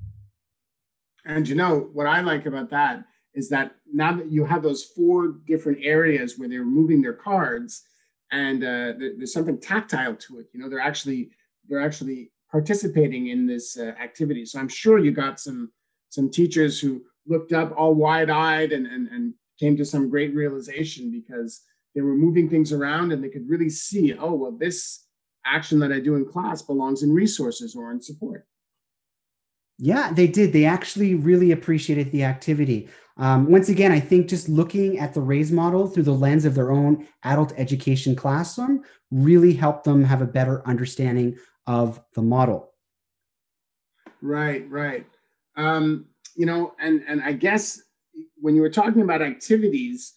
And you know, what I like about that is that now that you have those four different areas where they're moving their cards, and uh, there's something tactile to it. You know, they're actually, they're actually participating in this uh, activity. So I'm sure you got some some teachers who looked up all wide-eyed and, and, and came to some great realization because they were moving things around and they could really see, oh, well, this action that I do in class belongs in resources or in support. Yeah, they did. They actually really appreciated the activity. Um, once again, I think just looking at the RAISE model through the lens of their own adult education classroom really helped them have a better understanding of the model. Right, right. Um, you know, and, and I guess when you were talking about activities,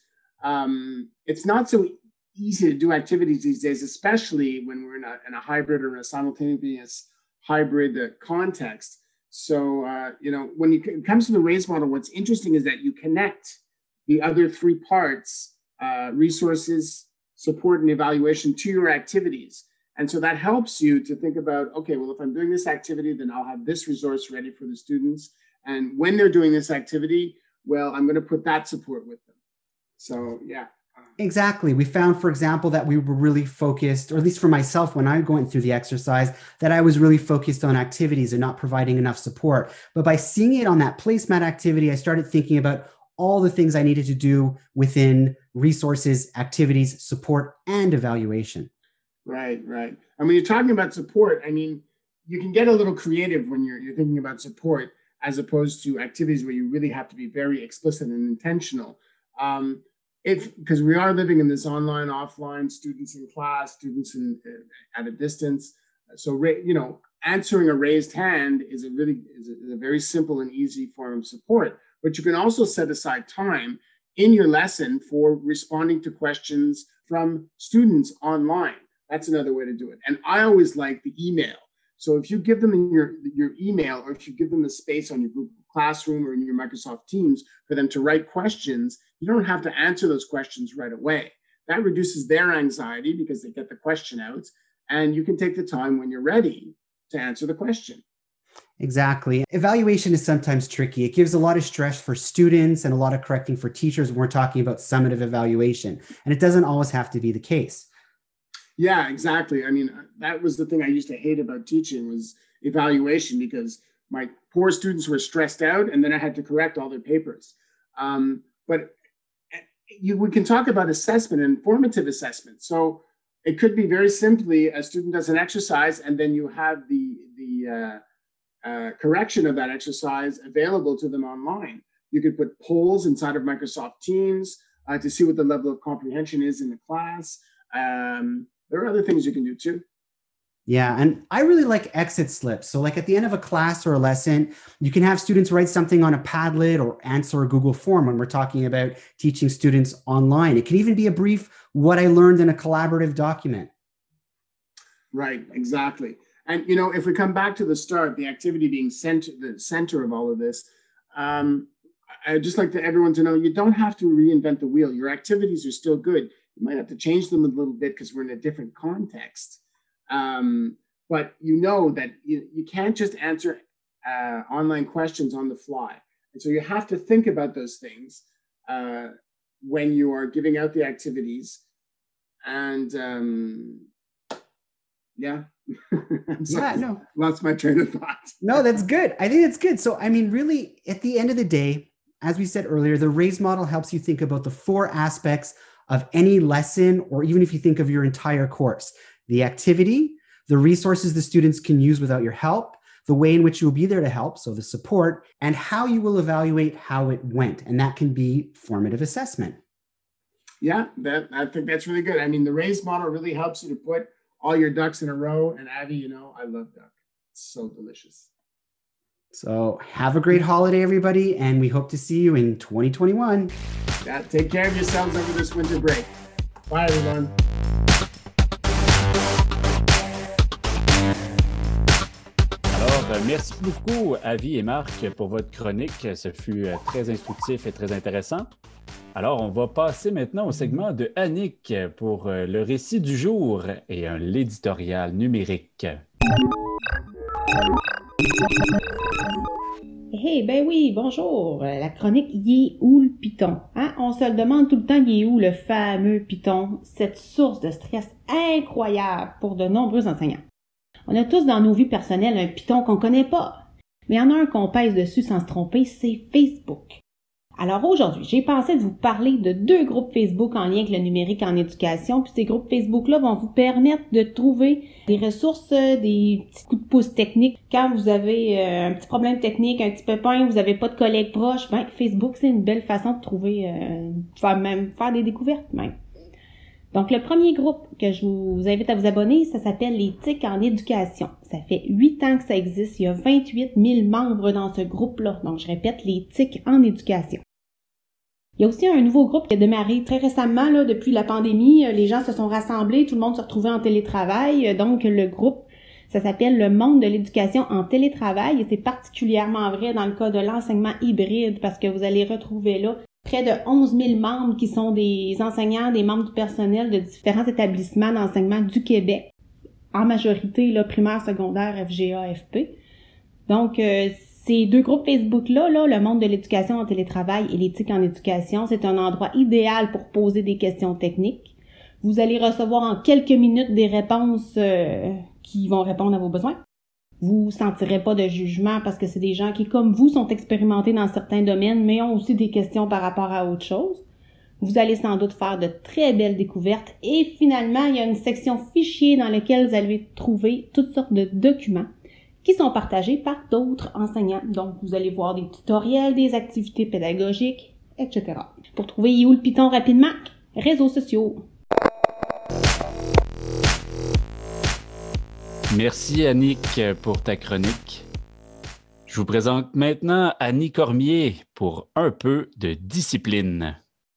um, it's not so easy to do activities these days, especially when we're in a, in a hybrid or a simultaneous hybrid uh, context. So, uh, you know, when you, it comes to the RAISE model, what's interesting is that you connect the other three parts, uh, resources, support, and evaluation, to your activities. And so that helps you to think about, okay, well, if I'm doing this activity, then I'll have this resource ready for the students. And when they're doing this activity, well, I'm going to put that support with them. So, yeah. Exactly. We found, for example, that we were really focused, or at least for myself, when I went through the exercise, that I was really focused on activities and not providing enough support. But by seeing it on that placemat activity, I started thinking about all the things I needed to do within resources, activities, support, and evaluation. Right, right. And when you're talking about support, I mean, you can get a little creative when you're, you're thinking about support, as opposed to activities where you really have to be very explicit and intentional. Um, if because we are living in this online, offline, students in class, students in, uh, at a distance. So, you know, answering a raised hand is a really is a, is a very simple and easy form of support. But you can also set aside time in your lesson for responding to questions from students online. That's another way to do it. And I always like the email. So if you give them in your, your email, or if you give them the space on your Google Classroom or in your Microsoft Teams for them to write questions, you don't have to answer those questions right away. That reduces their anxiety because they get the question out, and you can take the time when you're ready to answer the question. Exactly. Evaluation is sometimes tricky. It gives a lot of stress for students and a lot of correcting for teachers when we're talking about summative evaluation. And it doesn't always have to be the case. Yeah, exactly. I mean, that was the thing I used to hate about teaching was evaluation, because my poor students were stressed out and then I had to correct all their papers. Um, but you, we can talk about assessment and formative assessment. So it could be very simply a student does an exercise and then you have the, the uh, uh, correction of that exercise available to them online. You could put polls inside of Microsoft Teams uh, to see what the level of comprehension is in the class. Um, there are other things you can do too. Yeah, and I really like exit slips. So like at the end of a class or a lesson, you can have students write something on a Padlet or answer a Google form when we're talking about teaching students online. It can even be a brief, what I learned in a collaborative document. Right, exactly. And, you know, if we come back to the start, the activity being center, the center of all of this, um, I'd just like to, everyone to know, you don't have to reinvent the wheel. Your activities are still good. You might have to change them a little bit because we're in a different context. Um, but you know that you, you can't just answer uh, online questions on the fly. And so you have to think about those things uh, when you are giving out the activities. And um, yeah. Yeah, no. Lost my train of thought. No, that's good. I think that's good. So, I mean, really, at the end of the day, as we said earlier, the RAISE model helps you think about the four aspects of any lesson, or even if you think of your entire course: the activity, the resources the students can use without your help, the way in which you will be there to help, so the support, and how you will evaluate how it went. And that can be formative assessment. Yeah, that I think that's really good. I mean, the RAISE model really helps you to put all your ducks in a row. And Abby, you know, I love duck. It's so delicious. So have a great holiday, everybody. And we hope to see you in twenty twenty-one. Yeah, take care of yourselves over this winter break. Bye, everyone. Alors, merci beaucoup, Avi et Marc, pour votre chronique. Ce fut très instructif et très intéressant. Alors, on va passer maintenant au segment de Annick pour le récit du jour et un l'éditorial numérique. Hey, ben oui, bonjour. La chronique « Il est où le Python ?» Hein? On se le demande tout le temps, il est où le fameux Python, cette source de stress incroyable pour de nombreux enseignants. On a tous dans nos vies personnelles un Python qu'on connaît pas, mais il y en a un qu'on pèse dessus sans se tromper, c'est Facebook. Alors aujourd'hui, j'ai pensé de vous parler de deux groupes Facebook en lien avec le numérique en éducation, puis ces groupes Facebook-là vont vous permettre de trouver des ressources, des petits coups de pouce techniques. Quand vous avez euh, un petit problème technique, un petit pépin, vous n'avez pas de collègues proches, ben Facebook, c'est une belle façon de trouver, euh, faire même faire des découvertes même. Donc le premier groupe que je vous invite à vous abonner, ça s'appelle les T I C en éducation. Ça fait huit ans que ça existe, il y a vingt-huit mille membres dans ce groupe-là. Donc je répète, les T I C en éducation. Il y a aussi un nouveau groupe qui a démarré très récemment, là, depuis la pandémie. Les gens se sont rassemblés, tout le monde se retrouvait en télétravail. Donc, le groupe, ça s'appelle le monde de l'éducation en télétravail. Et c'est particulièrement vrai dans le cas de l'enseignement hybride parce que vous allez retrouver là près de onze mille membres qui sont des enseignants, des membres du personnel de différents établissements d'enseignement du Québec. En majorité, là, primaire, secondaire, F G A, F P. Donc, euh, ces deux groupes Facebook-là, là, le monde de l'éducation en télétravail et l'éthique en éducation, c'est un endroit idéal pour poser des questions techniques. Vous allez recevoir en quelques minutes des réponses euh, qui vont répondre à vos besoins. Vous sentirez pas de jugement parce que c'est des gens qui, comme vous, sont expérimentés dans certains domaines, mais ont aussi des questions par rapport à autre chose. Vous allez sans doute faire de très belles découvertes et finalement, il y a une section fichiers dans laquelle vous allez trouver toutes sortes de documents qui sont partagés par d'autres enseignants. Donc, vous allez voir des tutoriels, des activités pédagogiques, et cetera. Pour trouver où le Python rapidement, réseaux sociaux. Merci Annick pour ta chronique. Je vous présente maintenant Annie Cormier pour un peu de discipline.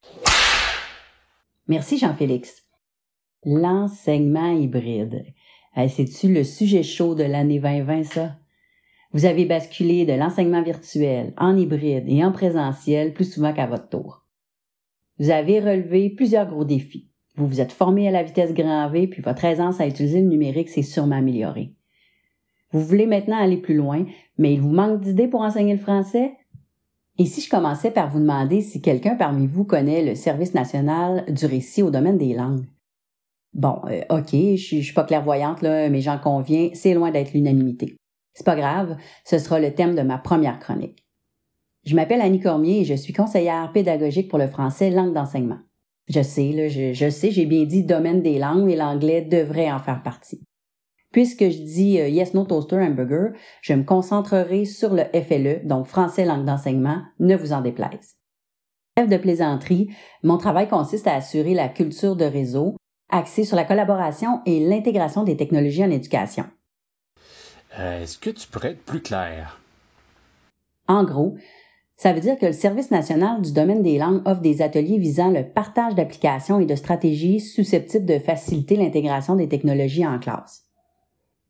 Merci Jean-Félix. L'enseignement hybride. Hey, c'est-tu le sujet chaud de l'année vingt vingt, ça? Vous avez basculé de l'enseignement virtuel en hybride et en présentiel plus souvent qu'à votre tour. Vous avez relevé plusieurs gros défis. Vous vous êtes formé à la vitesse grand V, puis votre aisance à utiliser le numérique s'est sûrement améliorée. Vous voulez maintenant aller plus loin, mais il vous manque d'idées pour enseigner le français? Et si je commençais par vous demander si quelqu'un parmi vous connaît le Service national du récit au domaine des langues? Bon, euh, OK, je suis, je suis pas clairvoyante, là, mais j'en conviens, c'est loin d'être l'unanimité. C'est pas grave, ce sera le thème de ma première chronique. Je m'appelle Annie Cormier et je suis conseillère pédagogique pour le français langue d'enseignement. Je sais, là, je, je sais, j'ai bien dit domaine des langues, mais l'anglais devrait en faire partie. Puisque je dis euh, Yes, No, Toaster, Hamburger, je me concentrerai sur le F L E, donc français langue d'enseignement, ne vous en déplaise. Bref de plaisanterie, mon travail consiste à assurer la culture de réseau, axée sur la collaboration et l'intégration des technologies en éducation. Euh, est-ce que tu pourrais être plus clair? En gros, ça veut dire que le Service national du domaine des langues offre des ateliers visant le partage d'applications et de stratégies susceptibles de faciliter l'intégration des technologies en classe.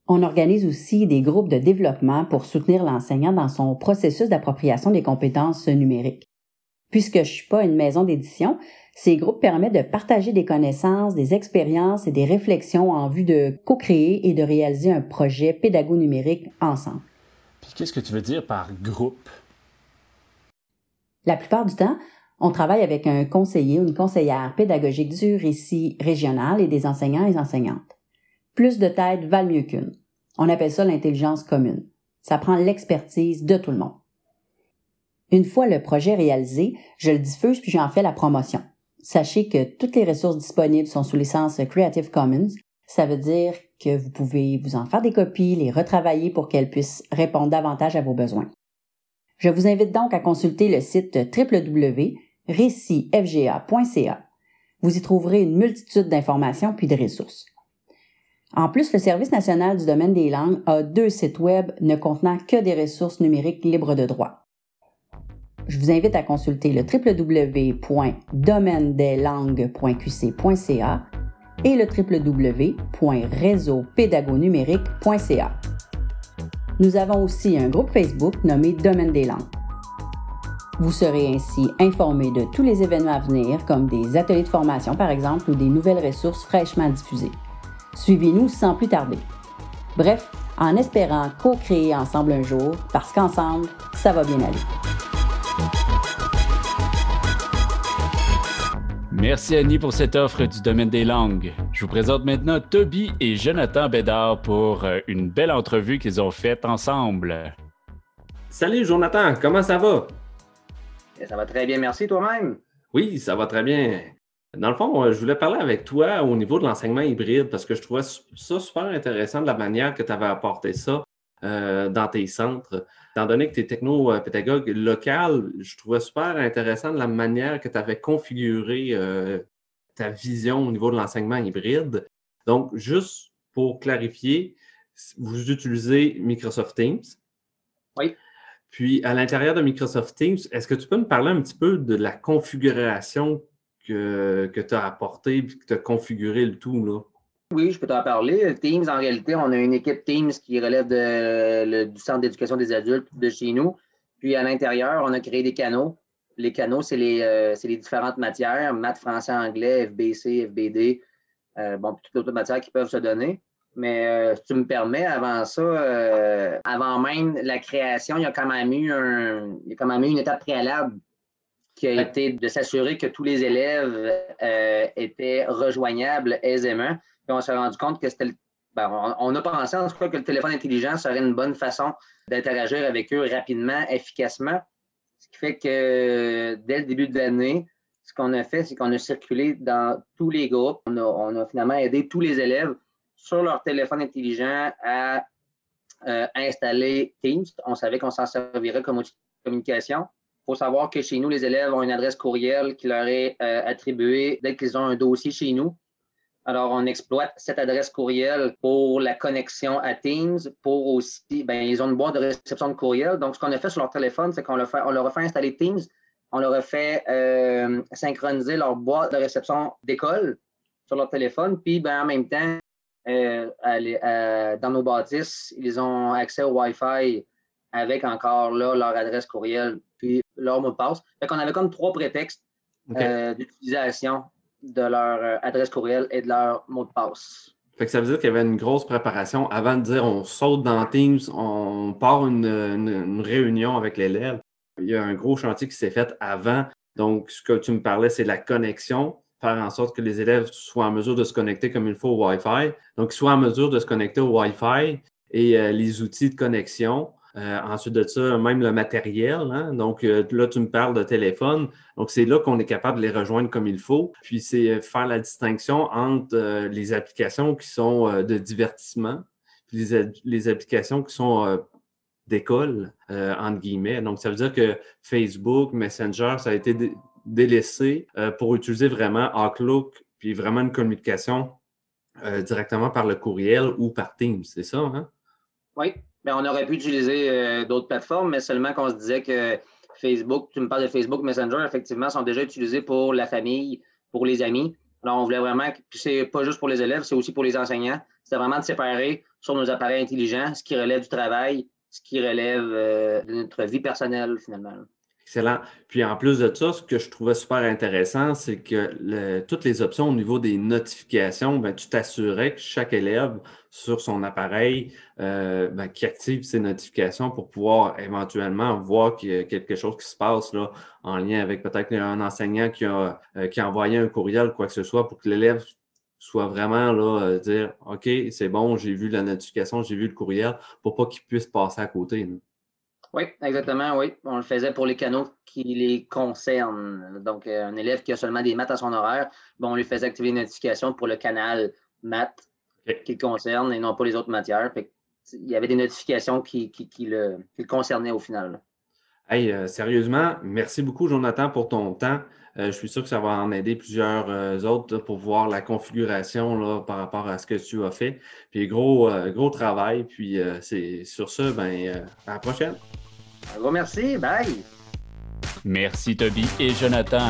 On organise aussi des groupes de développement pour soutenir l'enseignant dans son processus d'appropriation des compétences numériques. Puisque je suis pas une maison d'édition, ces groupes permettent de partager des connaissances, des expériences et des réflexions en vue de co-créer et de réaliser un projet pédago-numérique ensemble. Puis qu'est-ce que tu veux dire par groupe? La plupart du temps, on travaille avec un conseiller ou une conseillère pédagogique du récit régional et des enseignants et enseignantes. Plus de têtes valent mieux qu'une. On appelle ça l'intelligence commune. Ça prend l'expertise de tout le monde. Une fois le projet réalisé, je le diffuse puis j'en fais la promotion. Sachez que toutes les ressources disponibles sont sous licence Creative Commons. Ça veut dire que vous pouvez vous en faire des copies, les retravailler pour qu'elles puissent répondre davantage à vos besoins. Je vous invite donc à consulter le site w w w point récit f g a point c a. Vous y trouverez une multitude d'informations puis de ressources. En plus, le Service national du domaine des langues a deux sites web ne contenant que des ressources numériques libres de droit. Je vous invite à consulter le w w w point domaine des langues point q c point c a et le w w w point réseau pédago numérique point c a. Nous avons aussi un groupe Facebook nommé Domaine des langues. Vous serez ainsi informé de tous les événements à venir, comme des ateliers de formation par exemple ou des nouvelles ressources fraîchement diffusées. Suivez-nous sans plus tarder. Bref, en espérant co-créer ensemble un jour, parce qu'ensemble, ça va bien aller. Merci Annie pour cette offre du domaine des langues. Je vous présente maintenant Toby et Jonathan Bédard pour une belle entrevue qu'ils ont faite ensemble. Salut Jonathan, comment ça va? Ça va très bien, merci toi-même. Oui, ça va très bien. Dans le fond, je voulais parler avec toi au niveau de l'enseignement hybride parce que je trouvais ça super intéressant de la manière que tu avais apporté ça euh, dans tes centres. Étant donné que tu es techno-pédagogue local, je trouvais super intéressant de la manière que tu avais configuré euh, ta vision au niveau de l'enseignement hybride. Donc, juste pour clarifier, vous utilisez Microsoft Teams. Oui. Puis, à l'intérieur de Microsoft Teams, est-ce que tu peux me parler un petit peu de la configuration que, que tu as apportée et que tu as configuré le tout, là? Oui, je peux t'en parler. Teams, en réalité, on a une équipe Teams qui relève de, le, du Centre d'éducation des adultes de chez nous. Puis, à l'intérieur, on a créé des canaux. Les canaux, c'est les, euh, c'est les différentes matières, maths, français, anglais, F B C, F B D, euh, bon, puis toutes les autres matières qui peuvent se donner. Mais euh, si tu me permets, avant ça, euh, avant même la création, il y a quand même eu, un, il y a quand même eu une étape préalable qui a ouais. été de s'assurer que tous les élèves euh, étaient rejoignables aisément. Puis on s'est rendu compte que c'était, ben, on, on a pensé en tout cas que le téléphone intelligent serait une bonne façon d'interagir avec eux rapidement, efficacement. Ce qui fait que dès le début de l'année, ce qu'on a fait, c'est qu'on a circulé dans tous les groupes. On a, on a finalement aidé tous les élèves sur leur téléphone intelligent à euh, installer Teams. On savait qu'on s'en servirait comme outil de communication. Il faut savoir que chez nous, les élèves ont une adresse courriel qui leur est euh, attribuée dès qu'ils ont un dossier chez nous. Alors, on exploite cette adresse courriel pour la connexion à Teams, pour aussi, bien, ils ont une boîte de réception de courriel. Donc, ce qu'on a fait sur leur téléphone, c'est qu'on leur, fait, on leur a fait installer Teams, on leur a fait euh, synchroniser leur boîte de réception d'école sur leur téléphone, puis ben, en même temps, euh, à, à, dans nos bâtisses, ils ont accès au Wi-Fi avec encore là leur adresse courriel, puis leur mot de passe. Fait qu'on avait comme trois prétextes okay. euh, d'utilisation de leur euh, adresse courriel et de leur mot de passe. Fait que ça veut dire qu'il y avait une grosse préparation avant de dire on saute dans Teams, on part une, une, une réunion avec l'élève. Il y a un gros chantier qui s'est fait avant. Donc, ce que tu me parlais, c'est la connexion, faire en sorte que les élèves soient en mesure de se connecter comme il faut au Wi-Fi. Donc, qu'ils soient en mesure de se connecter au Wi-Fi et euh, les outils de connexion. Euh, ensuite de ça, même le matériel. Hein? Donc, euh, là, tu me parles de téléphone. Donc, c'est là qu'on est capable de les rejoindre comme il faut. Puis, c'est faire la distinction entre euh, les applications qui sont euh, de divertissement puis les, les applications qui sont euh, d'école, euh, entre guillemets. Donc, ça veut dire que Facebook, Messenger, ça a été dé- délaissé euh, pour utiliser vraiment Outlook puis vraiment une communication euh, directement par le courriel ou par Teams. C'est ça, hein? Oui. Bien, on aurait pu utiliser euh, d'autres plateformes, mais seulement qu'on se disait que Facebook, tu me parles de Facebook, Messenger, effectivement, sont déjà utilisés pour la famille, pour les amis. Alors, on voulait vraiment, puis c'est pas juste pour les élèves, c'est aussi pour les enseignants. C'était vraiment de séparer sur nos appareils intelligents ce qui relève du travail, ce qui relève euh, de notre vie personnelle, finalement. Excellent. Puis en plus de ça, ce que je trouvais super intéressant, c'est que le, toutes les options au niveau des notifications, ben, tu t'assurais que chaque élève sur son appareil euh, ben, qui active ses notifications pour pouvoir éventuellement voir qu'il y a quelque chose qui se passe là, en lien avec peut-être un enseignant qui a, euh, qui a envoyé un courriel ou quoi que ce soit pour que l'élève soit vraiment là, euh, dire « OK, c'est bon, j'ai vu la notification, j'ai vu le courriel » pour pas qu'il puisse passer à côté. Là. Oui, exactement, oui. On le faisait pour les canaux qui les concernent. Donc, euh, un élève qui a seulement des maths à son horaire, bon, on lui faisait activer les notifications pour le canal maths okay. qui le concerne et non pas les autres matières. Fait il y avait des notifications qui, qui, qui, le, qui le concernaient au final. Hey, euh, sérieusement, merci beaucoup, Jonathan, pour ton temps. Euh, je suis sûr que ça va en aider plusieurs euh, autres là, pour voir la configuration là, par rapport à ce que tu as fait. Puis gros, euh, gros travail. Puis euh, c'est sur ça, ben, euh, à la prochaine. Un gros merci. Bye. Merci, Toby et Jonathan.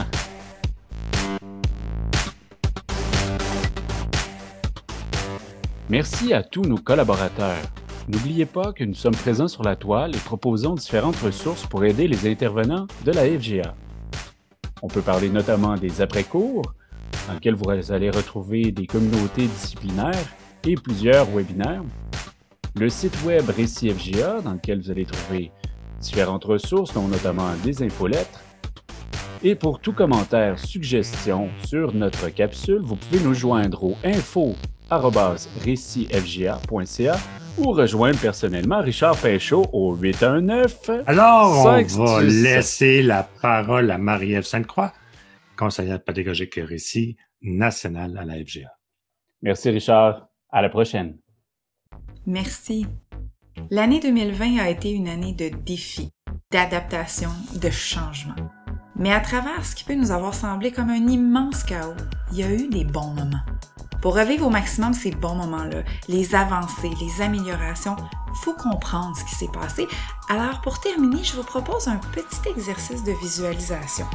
Merci à tous nos collaborateurs. N'oubliez pas que nous sommes présents sur la toile et proposons différentes ressources pour aider les intervenants de la F G A. On peut parler notamment des après-cours, dans lesquels vous allez retrouver des communautés disciplinaires et plusieurs webinaires. Le site web Récit F G A, dans lequel vous allez trouver différentes ressources, dont notamment des infolettres. Et pour tout commentaire, suggestion sur notre capsule, vous pouvez nous joindre au info arobase récit f g a point c a ou rejoindre personnellement Richard Pinchot au huit un neuf. Alors, cinq, on va six, laisser la parole à Marie-Ève Sainte-Croix, conseillère pédagogique et récit nationale à la F G A. Merci Richard. À la prochaine. Merci. L'année deux mille vingt a été une année de défis, d'adaptation, de changement. Mais à travers ce qui peut nous avoir semblé comme un immense chaos, il y a eu des bons moments. Pour revivre au maximum ces bons moments-là, les avancées, les améliorations, il faut comprendre ce qui s'est passé. Alors pour terminer, je vous propose un petit exercice de visualisation.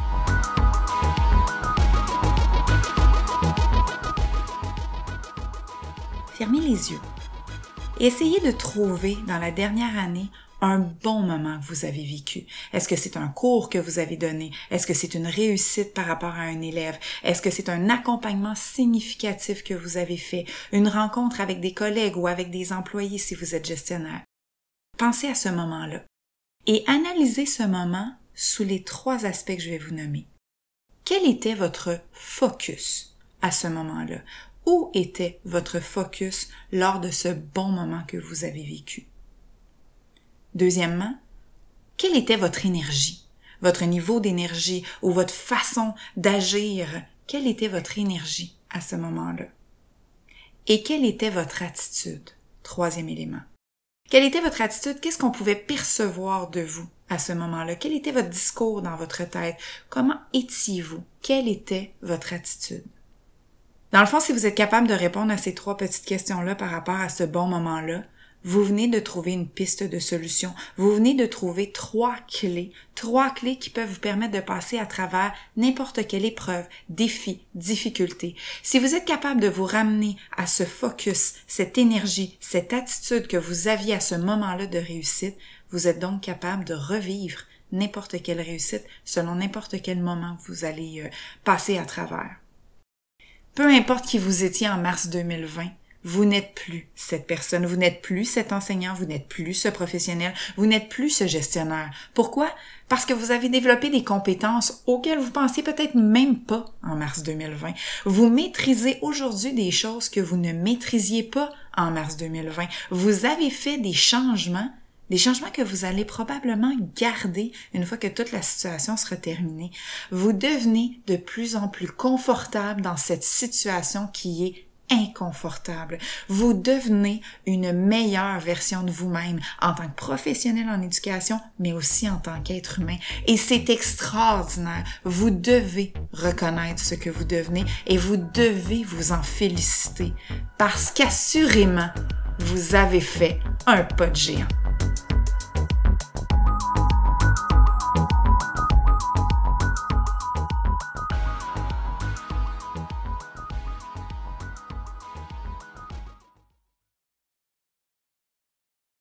Fermez les yeux. Essayez de trouver dans la dernière année un bon moment que vous avez vécu. Est-ce que c'est un cours que vous avez donné? Est-ce que c'est une réussite par rapport à un élève? Est-ce que c'est un accompagnement significatif que vous avez fait? Une rencontre avec des collègues ou avec des employés si vous êtes gestionnaire? Pensez à ce moment-là et analysez ce moment sous les trois aspects que je vais vous nommer. Quel était votre focus à ce moment-là? Où était votre focus lors de ce bon moment que vous avez vécu? Deuxièmement, quelle était votre énergie, votre niveau d'énergie ou votre façon d'agir? Quelle était votre énergie à ce moment-là? Et quelle était votre attitude? Troisième élément. Quelle était votre attitude? Qu'est-ce qu'on pouvait percevoir de vous à ce moment-là? Quel était votre discours dans votre tête? Comment étiez-vous? Quelle était votre attitude? Dans le fond, si vous êtes capable de répondre à ces trois petites questions-là par rapport à ce bon moment-là, vous venez de trouver une piste de solution. Vous venez de trouver trois clés, trois clés qui peuvent vous permettre de passer à travers n'importe quelle épreuve, défi, difficulté. Si vous êtes capable de vous ramener à ce focus, cette énergie, cette attitude que vous aviez à ce moment-là de réussite, vous êtes donc capable de revivre n'importe quelle réussite selon n'importe quel moment que vous allez euh, passer à travers. Peu importe qui vous étiez en mars deux mille vingt, vous n'êtes plus cette personne, vous n'êtes plus cet enseignant, vous n'êtes plus ce professionnel, vous n'êtes plus ce gestionnaire. Pourquoi? Parce que vous avez développé des compétences auxquelles vous pensiez peut-être même pas en mars deux mille vingt. Vous maîtrisez aujourd'hui des choses que vous ne maîtrisiez pas en mars deux mille vingt. Vous avez fait des changements, des changements que vous allez probablement garder une fois que toute la situation sera terminée. Vous devenez de plus en plus confortable dans cette situation qui est inconfortable. Vous devenez une meilleure version de vous-même en tant que professionnel en éducation, mais aussi en tant qu'être humain. Et c'est extraordinaire. Vous devez reconnaître ce que vous devenez et vous devez vous en féliciter parce qu'assurément, vous avez fait un pas de géant.